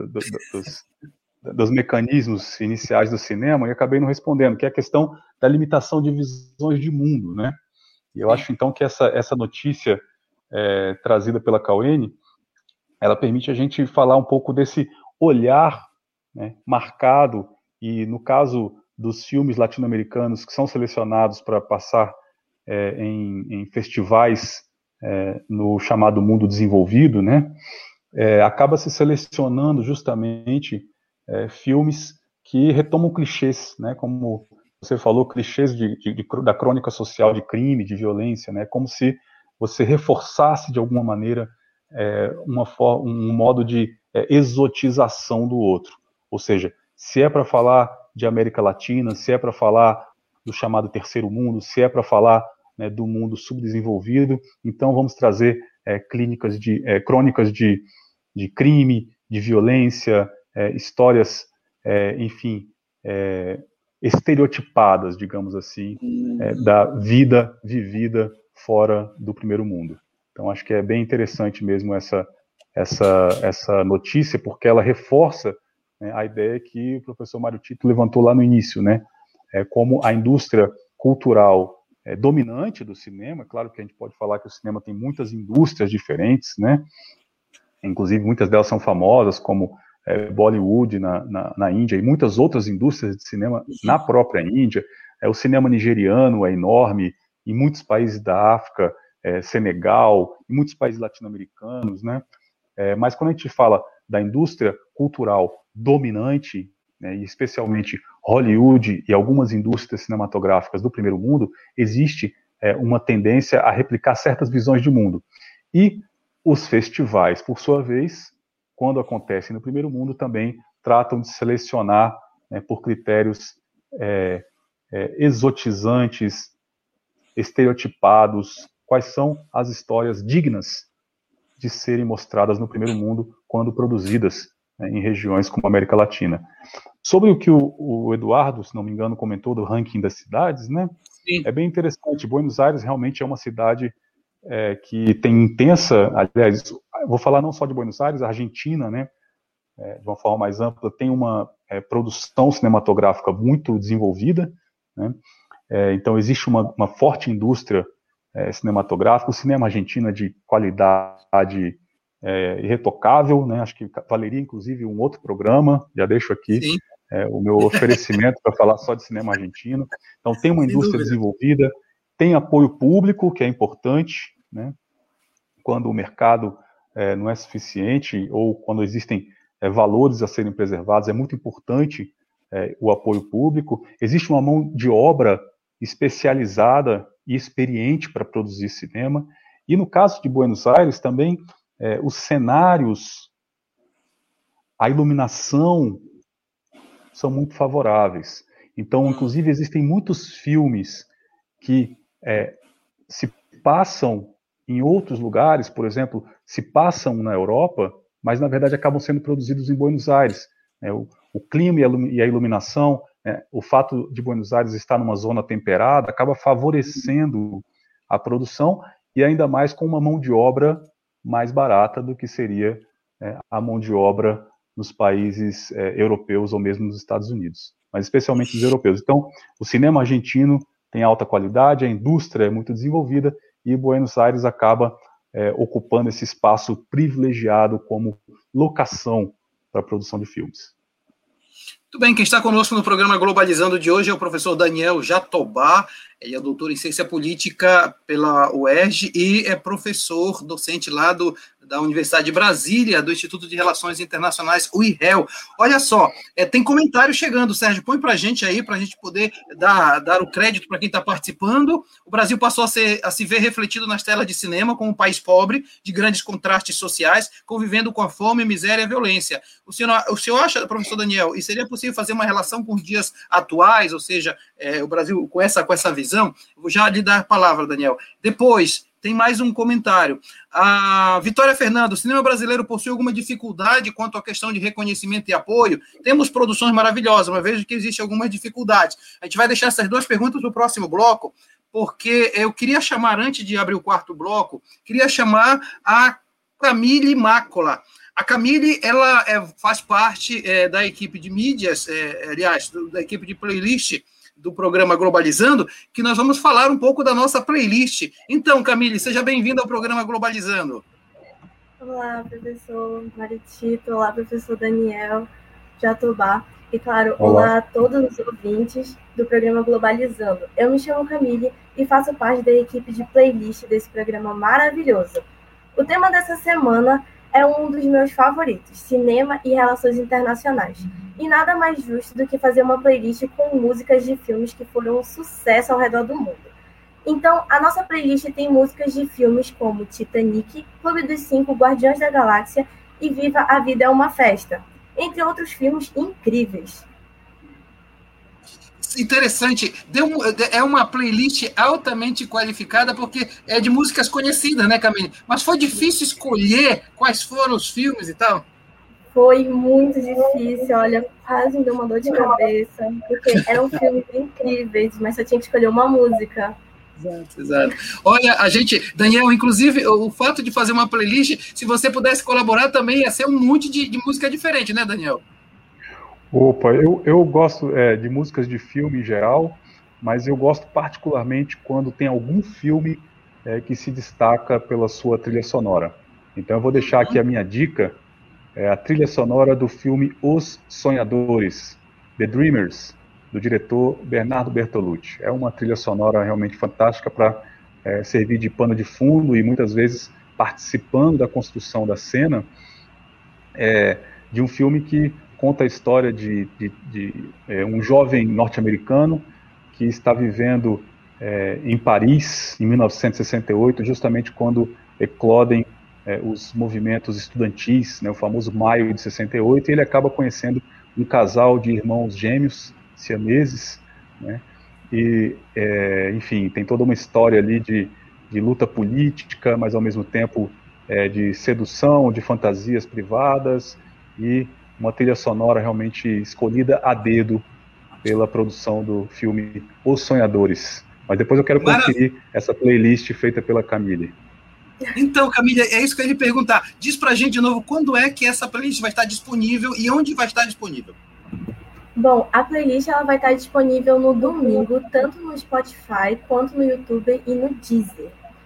dos mecanismos iniciais do cinema e acabei não respondendo, que é a questão da limitação de visões de mundo, né? E eu acho, então, que essa notícia trazida pela Cauene, ela permite a gente falar um pouco desse olhar, né, marcado, e no caso dos filmes latino-americanos que são selecionados para passar em festivais no chamado mundo desenvolvido, né? Acaba se selecionando justamente filmes que retomam clichês, né, como você falou, clichês da crônica social de crime, de violência, né, como se você reforçasse de alguma maneira um modo de exotização do outro. Ou seja, se é para falar de América Latina, se é para falar do chamado terceiro mundo, se é para falar, né, do mundo subdesenvolvido, então vamos trazer crônicas de crime, de violência, histórias, enfim, estereotipadas, digamos assim, da vida vivida fora do primeiro mundo. Então, acho que é bem interessante mesmo essa notícia, porque ela reforça, né, a ideia que o professor Mário Tito levantou lá no início, né, como a indústria cultural dominante do cinema. Claro que a gente pode falar que o cinema tem muitas indústrias diferentes, né, inclusive muitas delas são famosas, como Bollywood na Índia, e muitas outras indústrias de cinema na própria Índia. O cinema nigeriano é enorme, em muitos países da África, Senegal, em muitos países latino-americanos, né? Mas quando a gente fala da indústria cultural dominante, né, e especialmente Hollywood e algumas indústrias cinematográficas do primeiro mundo, existe uma tendência a replicar certas visões de mundo. E os festivais, por sua vez, quando acontecem no primeiro mundo, também tratam de selecionar, né, por critérios exotizantes, estereotipados, quais são as histórias dignas de serem mostradas no primeiro mundo quando produzidas, né, em regiões como a América Latina. Sobre o que o Eduardo, se não me engano, comentou do ranking das cidades, né? Sim. É bem interessante. Buenos Aires realmente é uma cidade que tem intensa, aliás, vou falar não só de Buenos Aires, a Argentina, né, de uma forma mais ampla, tem uma produção cinematográfica muito desenvolvida, né, então existe uma forte indústria cinematográfica. O cinema argentino é de qualidade irretocável, né, acho que valeria inclusive um outro programa, já deixo aqui o meu oferecimento para falar só de cinema argentino. Então tem uma indústria desenvolvida, tem apoio público, que é importante, né? Quando o mercado não é suficiente, ou quando existem valores a serem preservados, é muito importante o apoio público. Existe uma mão de obra especializada e experiente para produzir cinema. E no caso de Buenos Aires também, os cenários, a iluminação são muito favoráveis. Então, inclusive, existem muitos filmes que se passam em outros lugares, por exemplo, se passam na Europa, mas na verdade acabam sendo produzidos em Buenos Aires. O clima e a iluminação, o fato de Buenos Aires estar numa zona temperada, acaba favorecendo a produção, e ainda mais com uma mão de obra mais barata do que seria a mão de obra nos países europeus ou mesmo nos Estados Unidos, mas especialmente os europeus. Então, o cinema argentino tem alta qualidade, a indústria é muito desenvolvida, e Buenos Aires acaba ocupando esse espaço privilegiado como locação para a produção de filmes. Muito bem, quem está conosco no programa Globalizando de hoje é o professor Daniel Jatobá. Ele é doutor em Ciência Política pela UERJ e é professor docente lá da Universidade de Brasília, do Instituto de Relações Internacionais, o IREL. Olha só, tem comentário chegando, Sérgio, põe para a gente aí, para a gente poder dar o crédito para quem está participando. O Brasil passou a se ver refletido nas telas de cinema como um país pobre, de grandes contrastes sociais, convivendo com a fome, miséria e a violência. O senhor acha, professor Daniel, e seria possível fazer uma relação com os dias atuais, ou seja, o Brasil com essa visão? Vou já lhe dar a palavra, Daniel. Depois, tem mais um comentário. A Vitória Fernando, o cinema brasileiro possui alguma dificuldade quanto à questão de reconhecimento e apoio? Temos produções maravilhosas, mas vejo que existe algumas dificuldades. A gente vai deixar essas duas perguntas no próximo bloco, porque eu queria chamar, antes de abrir o quarto bloco, queria chamar a Camille Mácola. A Camille, ela faz parte da equipe de mídias, aliás, da equipe de playlist do programa Globalizando, que nós vamos falar um pouco da nossa playlist. Então, Camille, seja bem-vinda ao programa Globalizando. Olá, professor Maritito, olá, professor Daniel Jatobá, e claro, olá a todos os ouvintes do programa Globalizando. Eu me chamo Camille e faço parte da equipe de playlist desse programa maravilhoso. O tema dessa semana é um dos meus favoritos, cinema e relações internacionais. E nada mais justo do que fazer uma playlist com músicas de filmes que foram um sucesso ao redor do mundo. Então, a nossa playlist tem músicas de filmes como Titanic, Clube dos Cinco, Guardiões da Galáxia e Viva a Vida é uma Festa, entre outros filmes incríveis. Interessante, é uma playlist altamente qualificada, porque é de músicas conhecidas, né, Camille? Mas foi difícil escolher quais foram os filmes e tal? Foi muito difícil, olha, quase me deu uma dor de cabeça, porque eram filmes incríveis, mas só tinha que escolher uma música. Exato. Olha, Daniel, inclusive, o fato de fazer uma playlist, se você pudesse colaborar também, ia ser um monte de música diferente, né, Daniel? Opa, eu gosto de músicas de filme em geral, mas eu gosto particularmente quando tem algum filme que se destaca pela sua trilha sonora. Então eu vou deixar aqui a minha dica, a trilha sonora do filme Os Sonhadores, The Dreamers, do diretor Bernardo Bertolucci. É uma trilha sonora realmente fantástica para servir de pano de fundo e muitas vezes participando da construção da cena de um filme que conta a história de um jovem norte-americano que está vivendo em Paris, em 1968, justamente quando eclodem os movimentos estudantis, né, o famoso Maio de 68, e ele acaba conhecendo um casal de irmãos gêmeos, siameses, né, e, enfim, tem toda uma história ali de luta política, mas ao mesmo tempo de sedução, de fantasias privadas, e uma trilha sonora realmente escolhida a dedo pela produção do filme Os Sonhadores. Mas depois eu quero conferir essa playlist feita pela Camille. Então, Camille, é isso que eu ia lhe perguntar. Diz pra gente de novo, quando é que essa playlist vai estar disponível e onde vai estar disponível? Bom, a playlist ela vai estar disponível no domingo, tanto no Spotify, quanto no YouTube e no Deezer.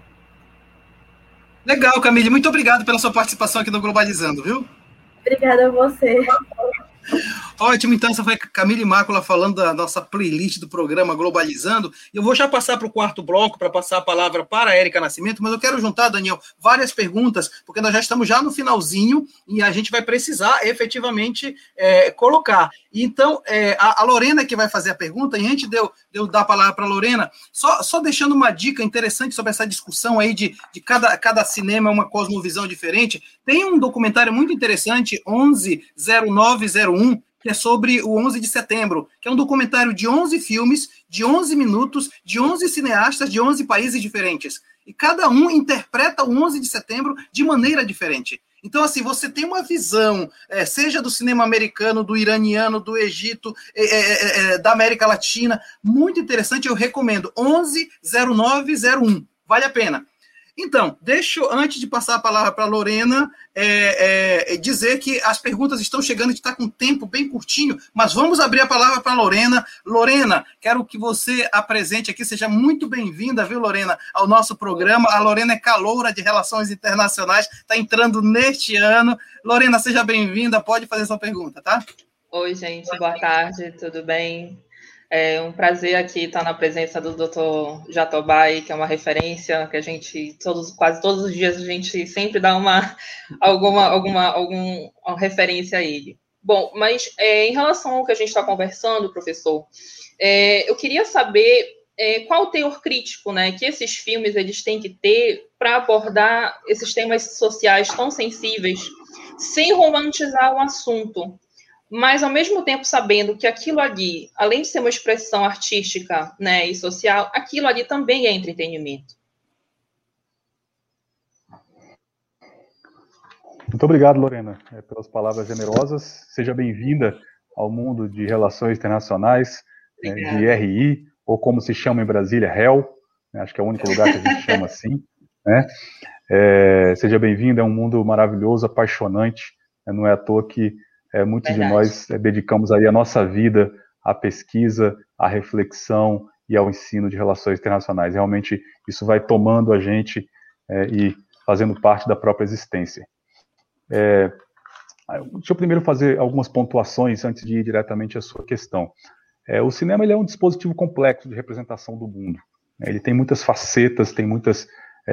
Legal, Camille. Muito obrigado pela sua participação aqui no Globalizando, viu? Obrigada a você. Ótimo, então essa foi Camille Mácola falando da nossa playlist do programa Globalizando. Eu vou já passar para o quarto bloco para passar a palavra para a Érica Nascimento, mas eu quero juntar, Daniel, várias perguntas, porque nós já estamos já no finalzinho e a gente vai precisar efetivamente colocar. Então, a Lorena que vai fazer a pergunta, e antes de eu dar a palavra para a Lorena, só deixando uma dica interessante sobre essa discussão aí de cada cinema é uma cosmovisão diferente, tem um documentário muito interessante, 110901, que é sobre o 11 de setembro, que é um documentário de 11 filmes, de 11 minutos, de 11 cineastas, de 11 países diferentes. E cada um interpreta o 11 de setembro de maneira diferente. Então, assim, você tem uma visão, seja do cinema americano, do iraniano, do Egito, da América Latina, muito interessante, eu recomendo. 110901, vale a pena. Então, antes de passar a palavra para a Lorena, dizer que as perguntas estão chegando, a gente está com um tempo bem curtinho, mas vamos abrir a palavra para a Lorena. Lorena, quero que você apresente aqui, seja muito bem-vinda, viu, Lorena, ao nosso programa. A Lorena é caloura de Relações Internacionais, está entrando neste ano. Lorena, seja bem-vinda, pode fazer sua pergunta, tá? Oi, gente, boa tarde, tudo bem? É um prazer aqui estar na presença do Dr. Jatobá, que é uma referência que a gente, quase todos os dias, a gente sempre dá alguma referência a ele. Bom, mas em relação ao que a gente está conversando, professor, eu queria saber qual o teor crítico, né, que esses filmes eles têm que ter para abordar esses temas sociais tão sensíveis, sem romantizar o assunto, mas ao mesmo tempo sabendo que aquilo ali, além de ser uma expressão artística, né, e social, aquilo ali também é entretenimento. Muito obrigado, Lorena, pelas palavras generosas. Seja bem-vinda ao mundo de relações internacionais, de RI, ou como se chama em Brasília, REL, acho que é o único lugar que a gente chama assim, né? Seja bem-vinda, é um mundo maravilhoso, apaixonante, não é à toa que muitos de nós dedicamos aí a nossa vida à pesquisa, à reflexão e ao ensino de relações internacionais. Realmente isso vai tomando a gente e fazendo parte da própria existência. Deixa eu primeiro fazer algumas pontuações antes de ir diretamente à sua questão. O cinema ele é um dispositivo complexo de representação do mundo. Ele tem muitas facetas, tem muitos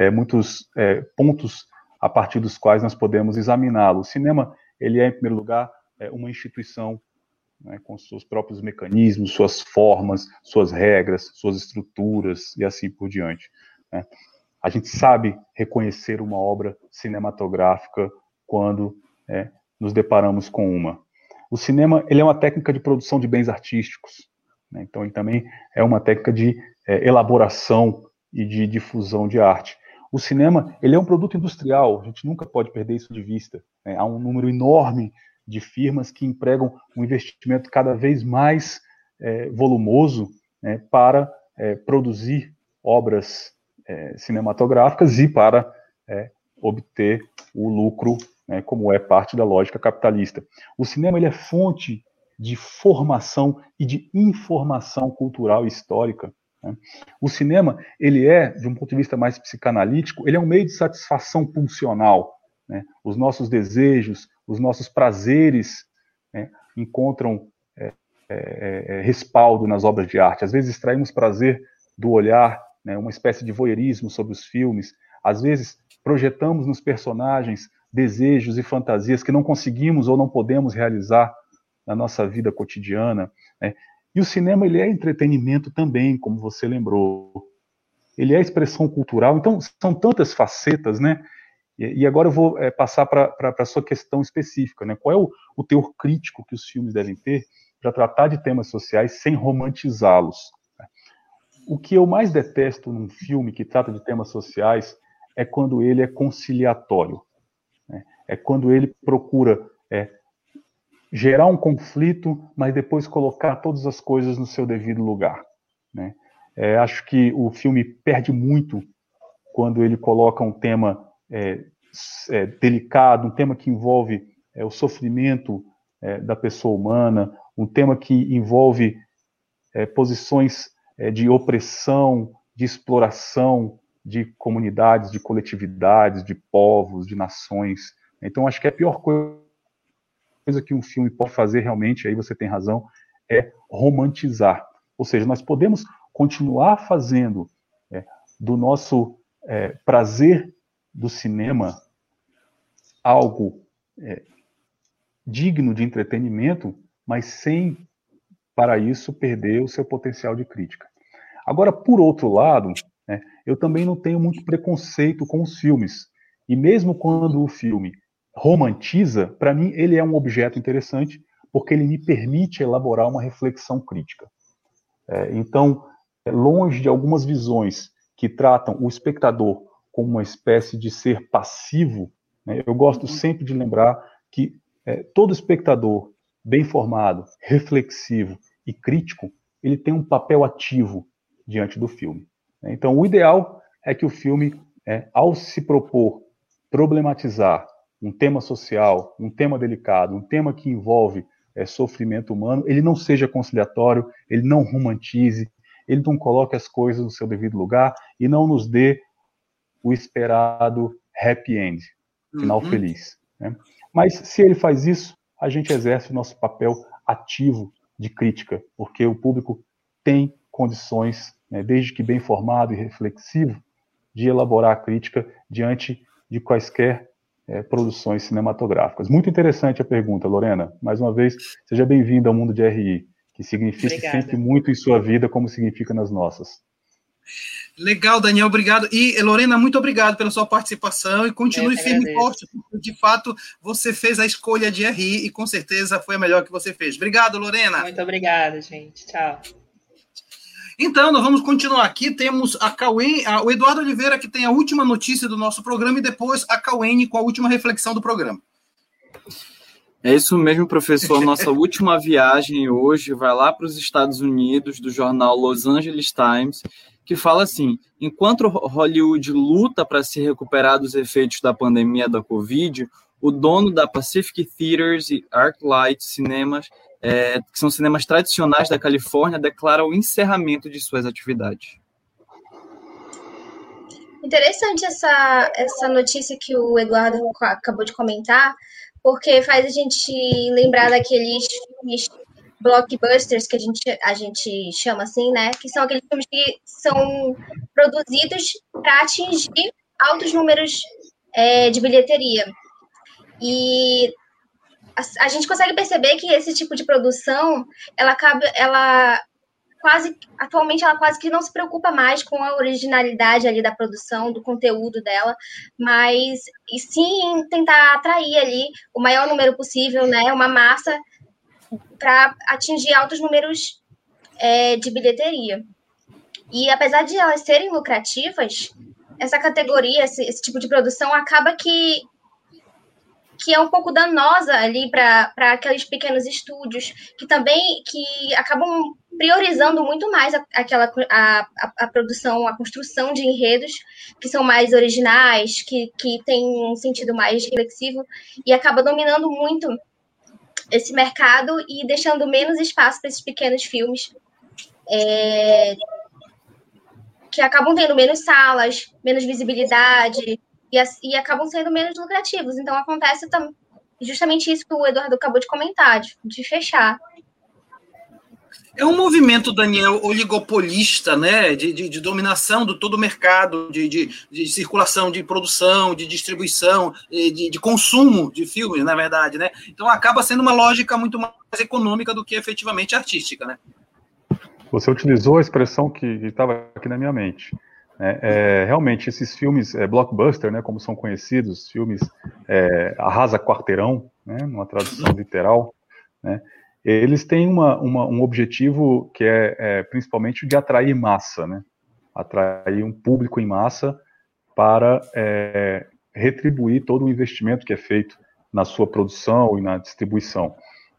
pontos a partir dos quais nós podemos examiná-lo. O cinema ele é, em primeiro lugar, uma instituição, né, com seus próprios mecanismos, suas formas, suas regras, suas estruturas e assim por diante, né? A gente sabe reconhecer uma obra cinematográfica quando nos deparamos com uma. O cinema ele é uma técnica de produção de bens artísticos, né? Então ele também é uma técnica de elaboração e de difusão de arte. O cinema ele é um produto industrial, a gente nunca pode perder isso de vista, né? Há um número enorme de firmas que empregam um investimento cada vez mais volumoso, né, para produzir obras cinematográficas e para obter o lucro, né, como é parte da lógica capitalista. O cinema ele é fonte de formação e de informação cultural e histórica, né? O cinema ele é, de um ponto de vista mais psicanalítico, ele é um meio de satisfação pulsional, né? Os nossos desejos, os nossos prazeres, né, encontram respaldo nas obras de arte. Às vezes extraímos prazer do olhar, né, uma espécie de voyeurismo sobre os filmes. Às vezes projetamos nos personagens desejos e fantasias que não conseguimos ou não podemos realizar na nossa vida cotidiana, né? E o cinema ele é entretenimento também, como você lembrou. Ele é expressão cultural. Então são tantas facetas, né? E agora eu vou passar para a sua questão específica, né? Qual é o teor crítico que os filmes devem ter para tratar de temas sociais sem romantizá-los? O que eu mais detesto num filme que trata de temas sociais é quando ele é conciliatório, né? É quando ele procura gerar um conflito, mas depois colocar todas as coisas no seu devido lugar, né? Acho que o filme perde muito quando ele coloca um tema delicado, um tema que envolve o sofrimento da pessoa humana, um tema que envolve posições de opressão, de exploração de comunidades, de coletividades, de povos, de nações. Então, acho que a pior coisa que um filme pode fazer realmente, aí você tem razão, é romantizar. Ou seja, nós podemos continuar fazendo do nosso prazer do cinema algo digno de entretenimento, mas sem, para isso, perder o seu potencial de crítica. Agora, por outro lado, né, eu também não tenho muito preconceito com os filmes. E mesmo quando o filme romantiza, para mim ele é um objeto interessante, porque ele me permite elaborar uma reflexão crítica. Então, longe de algumas visões que tratam o espectador como uma espécie de ser passivo, né, eu gosto sempre de lembrar que todo espectador bem formado, reflexivo e crítico, ele tem um papel ativo diante do filme. Então, o ideal é que o filme, ao se propor problematizar um tema social, um tema delicado, um tema que envolve sofrimento humano, ele não seja conciliatório, ele não romantize, ele não coloque as coisas no seu devido lugar e não nos dê o esperado happy end, final feliz, né? Mas se ele faz isso, a gente exerce o nosso papel ativo de crítica, porque o público tem condições, né, desde que bem formado e reflexivo, de elaborar a crítica diante de quaisquer produções cinematográficas. Muito interessante a pergunta, Lorena. Mais uma vez, seja bem-vinda ao mundo de RI, que significa sempre muito em sua vida, como significa nas nossas. Legal, Daniel, obrigado. E, Lorena, muito obrigado pela sua participação e continue firme e forte, porque, de fato, você fez a escolha de RI e, com certeza, foi a melhor que você fez. Obrigado, Lorena. Muito obrigada, gente. Tchau. Então, nós vamos continuar aqui. Temos o Eduardo Oliveira, que tem a última notícia do nosso programa, e depois a Cauene com a última reflexão do programa. É isso mesmo, professor. Nossa última viagem hoje vai lá para os Estados Unidos, do jornal Los Angeles Times, que fala assim: enquanto Hollywood luta para se recuperar dos efeitos da pandemia da Covid, o dono da Pacific Theatres e ArcLight Cinemas, que são cinemas tradicionais da Califórnia, declara o encerramento de suas atividades. Interessante essa notícia que o Eduardo acabou de comentar, porque faz a gente lembrar daqueles filmes blockbusters que a gente chama assim, né? Que são aqueles filmes que são produzidos para atingir altos números de bilheteria. E a gente consegue perceber que esse tipo de produção, atualmente ela quase que não se preocupa mais com a originalidade ali da produção, do conteúdo dela, mas e sim tentar atrair ali o maior número possível, né? Uma massa para atingir altos números de bilheteria. E apesar de elas serem lucrativas, essa categoria, esse tipo de produção acaba que é um pouco danosa ali para aqueles pequenos estúdios que acabam priorizando muito mais a produção, a construção de enredos que são mais originais, que têm um sentido mais reflexivo, e acaba dominando muito esse mercado e deixando menos espaço para esses pequenos filmes que acabam tendo menos salas, menos visibilidade e acabam sendo menos lucrativos. Então, acontece justamente isso que o Eduardo acabou de comentar, de fechar. É um movimento, Daniel, oligopolista, né, de dominação de todo o mercado, de circulação, de produção, de distribuição, de consumo de filmes, na verdade, né? Então, acaba sendo uma lógica muito mais econômica do que efetivamente artística, né? Você utilizou a expressão que estava aqui na minha mente. Realmente, esses filmes blockbuster, né, como são conhecidos, filmes arrasa quarteirão, né, numa tradução literal, né, eles têm um objetivo que é principalmente de atrair massa, né, atrair um público em massa para retribuir todo o investimento que é feito na sua produção e na distribuição.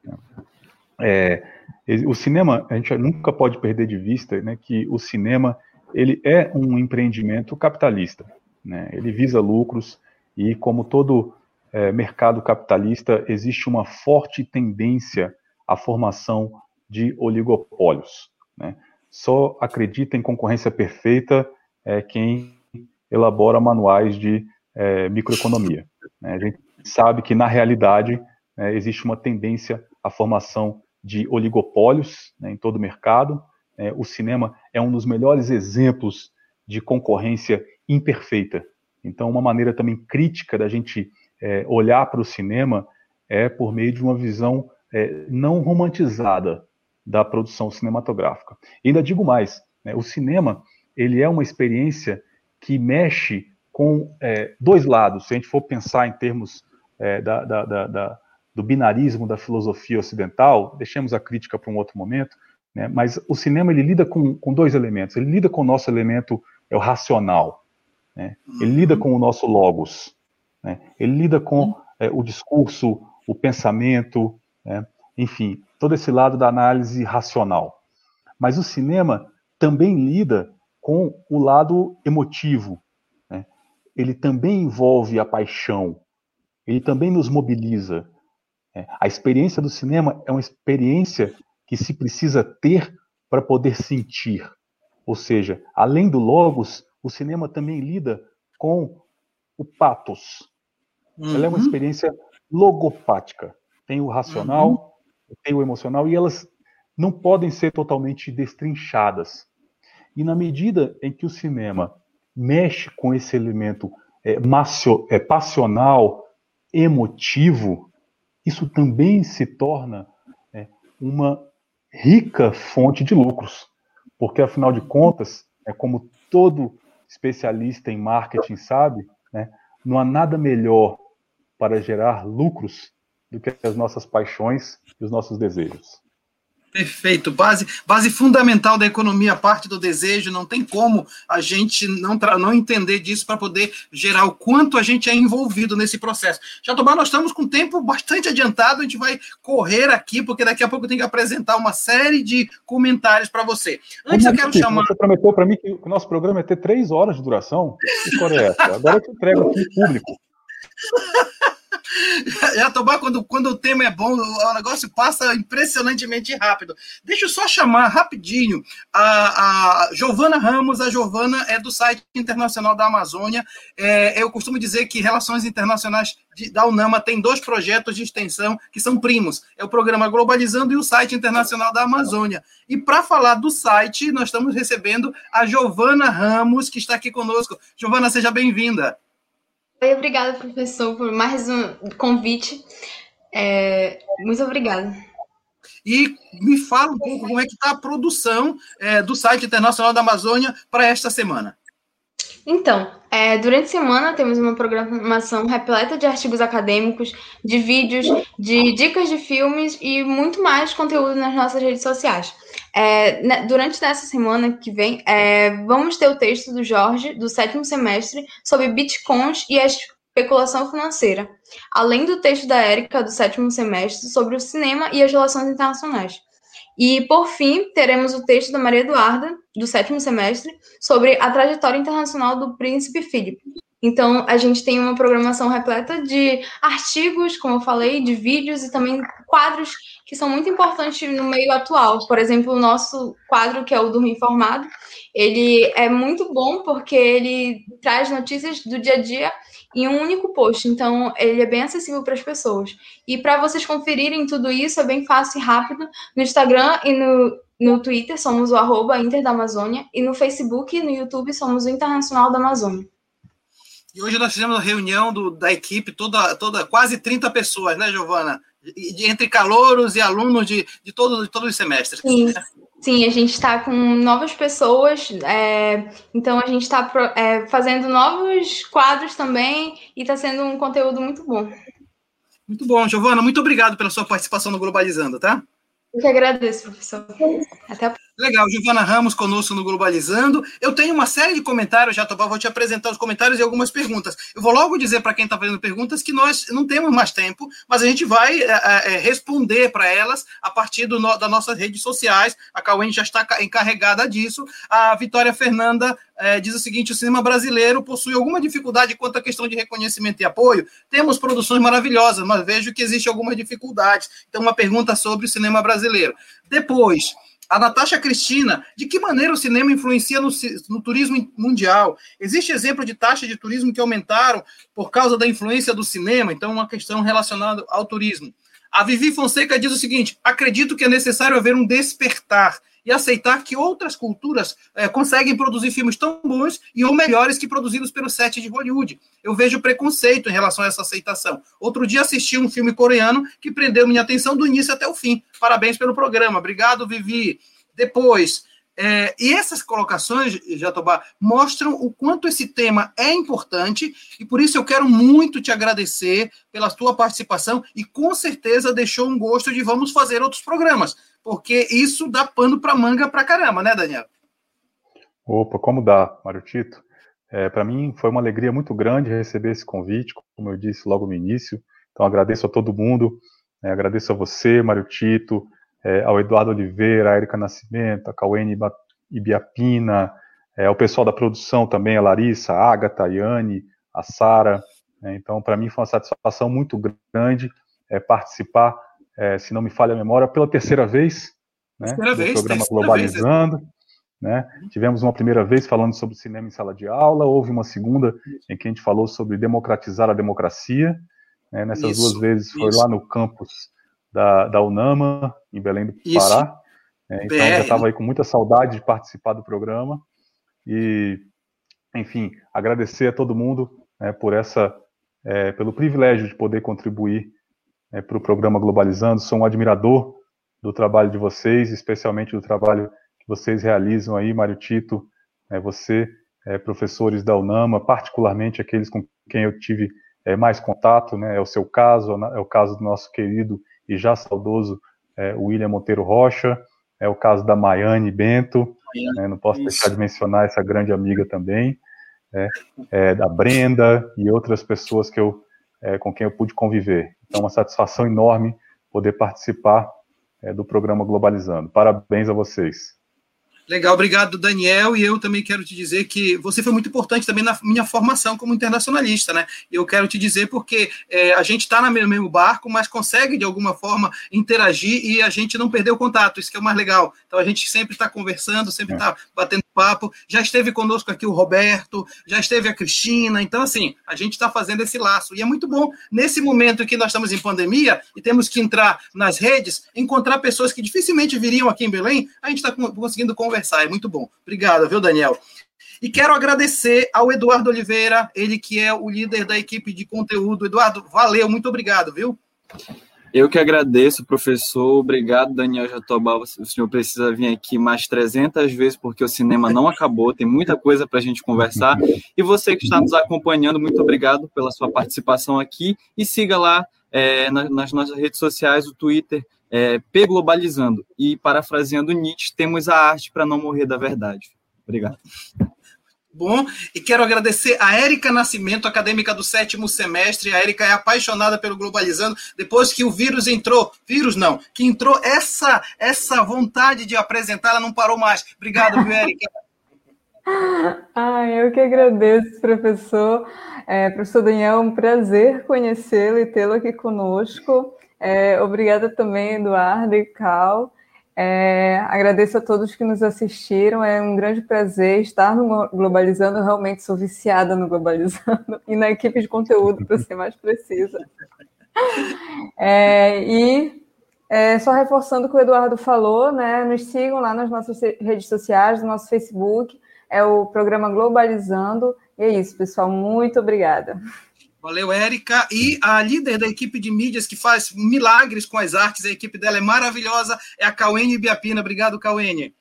O cinema, a gente nunca pode perder de vista, né, que o cinema ele é um empreendimento capitalista, né? Ele visa lucros e, como todo mercado capitalista, existe uma forte tendência à formação de oligopólios, né? Só acredita em concorrência perfeita quem elabora manuais de microeconomia, né? A gente sabe que, na realidade, existe uma tendência à formação de oligopólios, né, em todo o mercado. O cinema é um dos melhores exemplos de concorrência imperfeita. Então, uma maneira também crítica da gente olhar para o cinema é por meio de uma visão não romantizada da produção cinematográfica. E ainda digo mais, né, o cinema ele é uma experiência que mexe com dois lados. Se a gente for pensar em termos do binarismo da filosofia ocidental, deixemos a crítica para um outro momento, né, mas o cinema ele lida com dois elementos. Ele lida com o nosso elemento o racional, né, ele lida com o nosso logos, né, ele lida com o discurso, o pensamento, né, enfim, todo esse lado da análise racional. Mas o cinema também lida com o lado emotivo, né, ele também envolve a paixão, ele também nos mobiliza. A experiência do cinema é uma experiência que se precisa ter para poder sentir. Ou seja, além do logos, o cinema também lida com o pathos. Ela é uma experiência logopática. tem o racional, tem o emocional, e elas não podem ser totalmente destrinchadas. E na medida em que o cinema mexe com esse elemento passional, emotivo, isso também se torna uma rica fonte de lucros. Porque, afinal de contas, como todo especialista em marketing sabe, né, não há nada melhor para gerar lucros do que as nossas paixões e os nossos desejos. Perfeito, base fundamental da economia, parte do desejo, não tem como a gente não entender disso para poder gerar o quanto a gente é envolvido nesse processo. Jatobá, nós estamos com o tempo bastante adiantado, a gente vai correr aqui, porque daqui a pouco eu tenho que apresentar uma série de comentários para você. Antes eu quero chamar... Você prometeu para mim que o nosso programa ia ter 3 horas de duração? Que história é essa? Agora eu te entrego aqui em público. Jatobá, quando o tema é bom, o negócio passa impressionantemente rápido. Deixa eu só chamar rapidinho a Giovana Ramos. A Giovana é do site internacional da Amazônia. Eu costumo dizer que Relações Internacionais da UNAMA tem 2 projetos de extensão que são primos. É o programa Globalizando e o site internacional da Amazônia. E para falar do site, nós estamos recebendo a Giovana Ramos, que está aqui conosco. Giovana, seja bem-vinda. Obrigada, professor, por mais um convite. Muito obrigada. E me fala um pouco como é que está a produção do site internacional da Amazônia para esta semana. Então, durante a semana temos uma programação repleta de artigos acadêmicos, de vídeos, de dicas de filmes e muito mais conteúdo nas nossas redes sociais. Durante essa semana que vem, vamos ter o texto do Jorge, do 7º semestre, sobre bitcoins e a especulação financeira, além do texto da Érica, do 7º semestre, sobre o cinema e as relações internacionais. E, por fim, teremos o texto da Maria Eduarda, do 7º semestre, sobre a trajetória internacional do Príncipe Filipe. Então, a gente tem uma programação repleta de artigos, como eu falei, de vídeos e também quadros que são muito importantes no meio atual. Por exemplo, o nosso quadro, que é o Dormir Informado, ele é muito bom porque ele traz notícias do dia a dia em um único post. Então, ele é bem acessível para as pessoas. E para vocês conferirem tudo isso, é bem fácil e rápido. No Instagram e no Twitter, somos o @Inter da Amazônia. E no Facebook e no YouTube, somos o Internacional da Amazônia. E hoje nós fizemos uma reunião da equipe, toda quase 30 pessoas, né, Giovana? Entre calouros e alunos de todos os semestres. Sim, sim, a gente está com novas pessoas, então a gente está fazendo novos quadros também e está sendo um conteúdo muito bom. Muito bom, Giovana, muito obrigado pela sua participação no Globalizando, tá? Eu que agradeço, professor. Até a próxima. Legal, Giovana Ramos conosco no Globalizando. Eu tenho uma série de comentários, Jatobá, vou te apresentar os comentários e algumas perguntas. Eu vou logo dizer para quem está fazendo perguntas que nós não temos mais tempo, mas a gente vai responder para elas a partir das nossas redes sociais. A Cauene já está encarregada disso. A Vitória Fernanda diz o seguinte: o cinema brasileiro possui alguma dificuldade quanto à questão de reconhecimento e apoio? Temos produções maravilhosas, mas vejo que existe alguma dificuldade. Então, uma pergunta sobre o cinema brasileiro. Depois, a Natasha Cristina: de que maneira o cinema influencia no turismo mundial? Existe exemplo de taxa de turismo que aumentaram por causa da influência do cinema? Então, uma questão relacionada ao turismo. A Vivi Fonseca diz o seguinte: acredito que é necessário haver um despertar e aceitar que outras culturas conseguem produzir filmes tão bons e ou melhores que produzidos pelo set de Hollywood. Eu vejo preconceito em relação a essa aceitação. Outro dia assisti um filme coreano que prendeu minha atenção do início até o fim. Parabéns pelo programa. Obrigado, Vivi. Depois, e essas colocações, Jatobá, mostram o quanto esse tema é importante e por isso eu quero muito te agradecer pela tua participação e com certeza deixou um gosto de vamos fazer outros programas, porque isso dá pano para manga pra caramba, né, Daniel? Opa, como dá, Mário Tito? Para mim foi uma alegria muito grande receber esse convite, como eu disse logo no início. Então agradeço a todo mundo, agradeço a você, Mário Tito, ao Eduardo Oliveira, a Érica Nascimento, a Cauene Ibiapina, ao pessoal da produção também, a Larissa, a Agatha, a Yane, a Sara. Então, para mim foi uma satisfação muito grande participar, se não me falha a memória, pela terceira vez, do programa Globalizando. Tivemos uma primeira vez falando sobre cinema em sala de aula, houve uma segunda em que a gente falou sobre democratizar a democracia. Nessas duas vezes foi lá no campus da UNAMA, em Belém do Pará. Então, já estava aí com muita saudade de participar do programa. E, enfim, agradecer a todo mundo pelo privilégio de poder contribuir para o programa Globalizando. Sou um admirador do trabalho de vocês, especialmente do trabalho que vocês realizam aí, Mário Tito, você, professores da UNAMA, particularmente aqueles com quem eu tive mais contato, né? É o seu caso, é o caso do nosso querido e já saudoso William Monteiro Rocha, é o caso da Maiane Bento, não posso deixar de mencionar essa grande amiga também, da Brenda e outras pessoas com quem eu pude conviver. Então, uma satisfação enorme poder participar do programa Globalizando. Parabéns a vocês. Legal, obrigado, Daniel, e eu também quero te dizer que você foi muito importante também na minha formação como internacionalista, né? Eu quero te dizer porque a gente está no mesmo barco, mas consegue, de alguma forma, interagir e a gente não perdeu o contato, isso que é o mais legal. Então, a gente sempre está conversando, sempre está batendo papo. Já esteve conosco aqui o Roberto, já esteve a Cristina, então, assim, a gente está fazendo esse laço. E é muito bom, nesse momento que nós estamos em pandemia e temos que entrar nas redes, encontrar pessoas que dificilmente viriam aqui em Belém, a gente está conseguindo conversar. É muito bom. Obrigado, viu, Daniel? E quero agradecer ao Eduardo Oliveira, ele que é o líder da equipe de conteúdo. Eduardo, valeu, muito obrigado, viu? Eu que agradeço, professor. Obrigado, Daniel Jatobá. O senhor precisa vir aqui mais 300 vezes, porque o cinema não acabou, tem muita coisa para a gente conversar. E você que está nos acompanhando, muito obrigado pela sua participação aqui. E siga lá nas nossas redes sociais, o Twitter, P Globalizando. E, parafraseando Nietzsche, temos a arte para não morrer da verdade. Obrigado. Bom, e quero agradecer a Érica Nascimento, acadêmica do 7º semestre. A Érica é apaixonada pelo Globalizando. Depois que o vírus entrou, que entrou essa vontade de apresentar, ela não parou mais. Obrigado, viu, Érica? Eu que agradeço, professor. Professor Daniel, um prazer conhecê-lo e tê-lo aqui conosco. Obrigada também, Eduardo e Cal. Agradeço a todos que nos assistiram, é um grande prazer estar no Globalizando, eu realmente sou viciada no Globalizando e na equipe de conteúdo, para ser mais precisa. Só reforçando o que o Eduardo falou, né, nos sigam lá nas nossas redes sociais, no nosso Facebook, é o programa Globalizando, e é isso, pessoal, muito obrigada. Valeu, Érica. E a líder da equipe de mídias que faz milagres com as artes, a equipe dela é maravilhosa, é a Cauene Biapina. Obrigado, Cauene.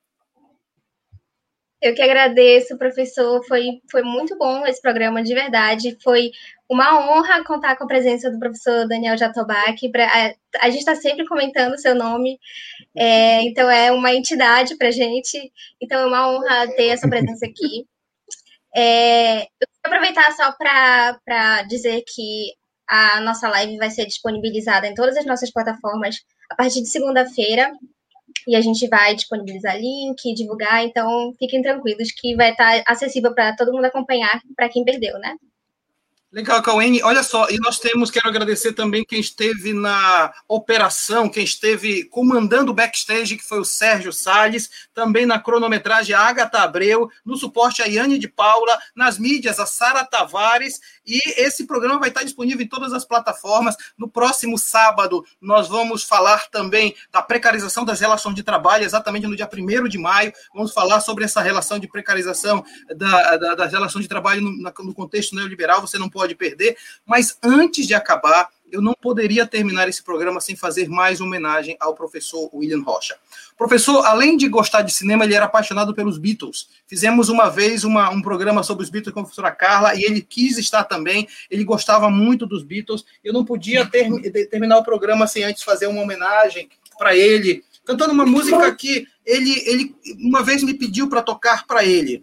Eu que agradeço, professor. Foi muito bom esse programa, de verdade. Foi uma honra contar com a presença do professor Daniel Jatobá, que a gente está sempre comentando o seu nome, então é uma entidade para a gente. Então é uma honra ter essa presença aqui. Eu vou aproveitar só para dizer que a nossa live vai ser disponibilizada em todas as nossas plataformas a partir de segunda-feira, e a gente vai disponibilizar link, divulgar, então fiquem tranquilos que vai estar acessível para todo mundo acompanhar, para quem perdeu, né? Legal, Cauene. Olha só, e quero agradecer também quem esteve na operação, quem esteve comandando o backstage, que foi o Sérgio Salles, também na cronometragem a Agatha Abreu, no suporte a Yane de Paula, nas mídias a Sara Tavares, e esse programa vai estar disponível em todas as plataformas. No próximo sábado, nós vamos falar também da precarização das relações de trabalho, exatamente no dia 1º de maio, vamos falar sobre essa relação de precarização das relações de trabalho no contexto neoliberal, você não pode perder, mas antes de acabar, eu não poderia terminar esse programa sem fazer mais homenagem ao professor William Rocha. O professor, além de gostar de cinema, ele era apaixonado pelos Beatles. Fizemos uma vez um programa sobre os Beatles com a professora Carla, e ele quis estar também, ele gostava muito dos Beatles. Eu não podia terminar o programa sem antes fazer uma homenagem para ele, cantando uma música que ele uma vez me pediu para tocar para ele.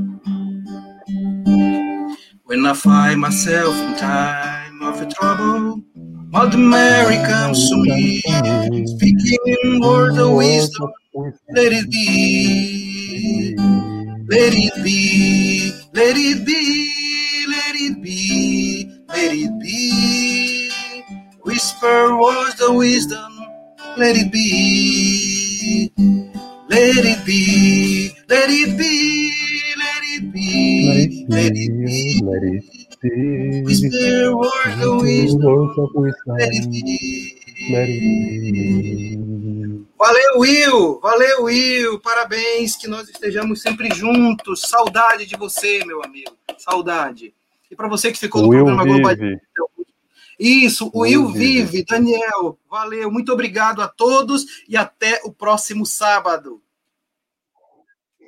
When I find myself in time of trouble, Mother Mary comes to me, speaking words of wisdom, let it be, let it be, let it be, let it be, let it be, whisper words of wisdom, let it be, let it be, let it be, let it be, let it be, let it be, whisper words of wisdom, let it be. Valeu, Will! Valeu, Will! Parabéns, que nós estejamos sempre juntos. Saudade de você, meu amigo. Saudade. E para você que ficou no programa Global... Isso, o Will vive. Daniel, valeu. Muito obrigado a todos e até o próximo sábado.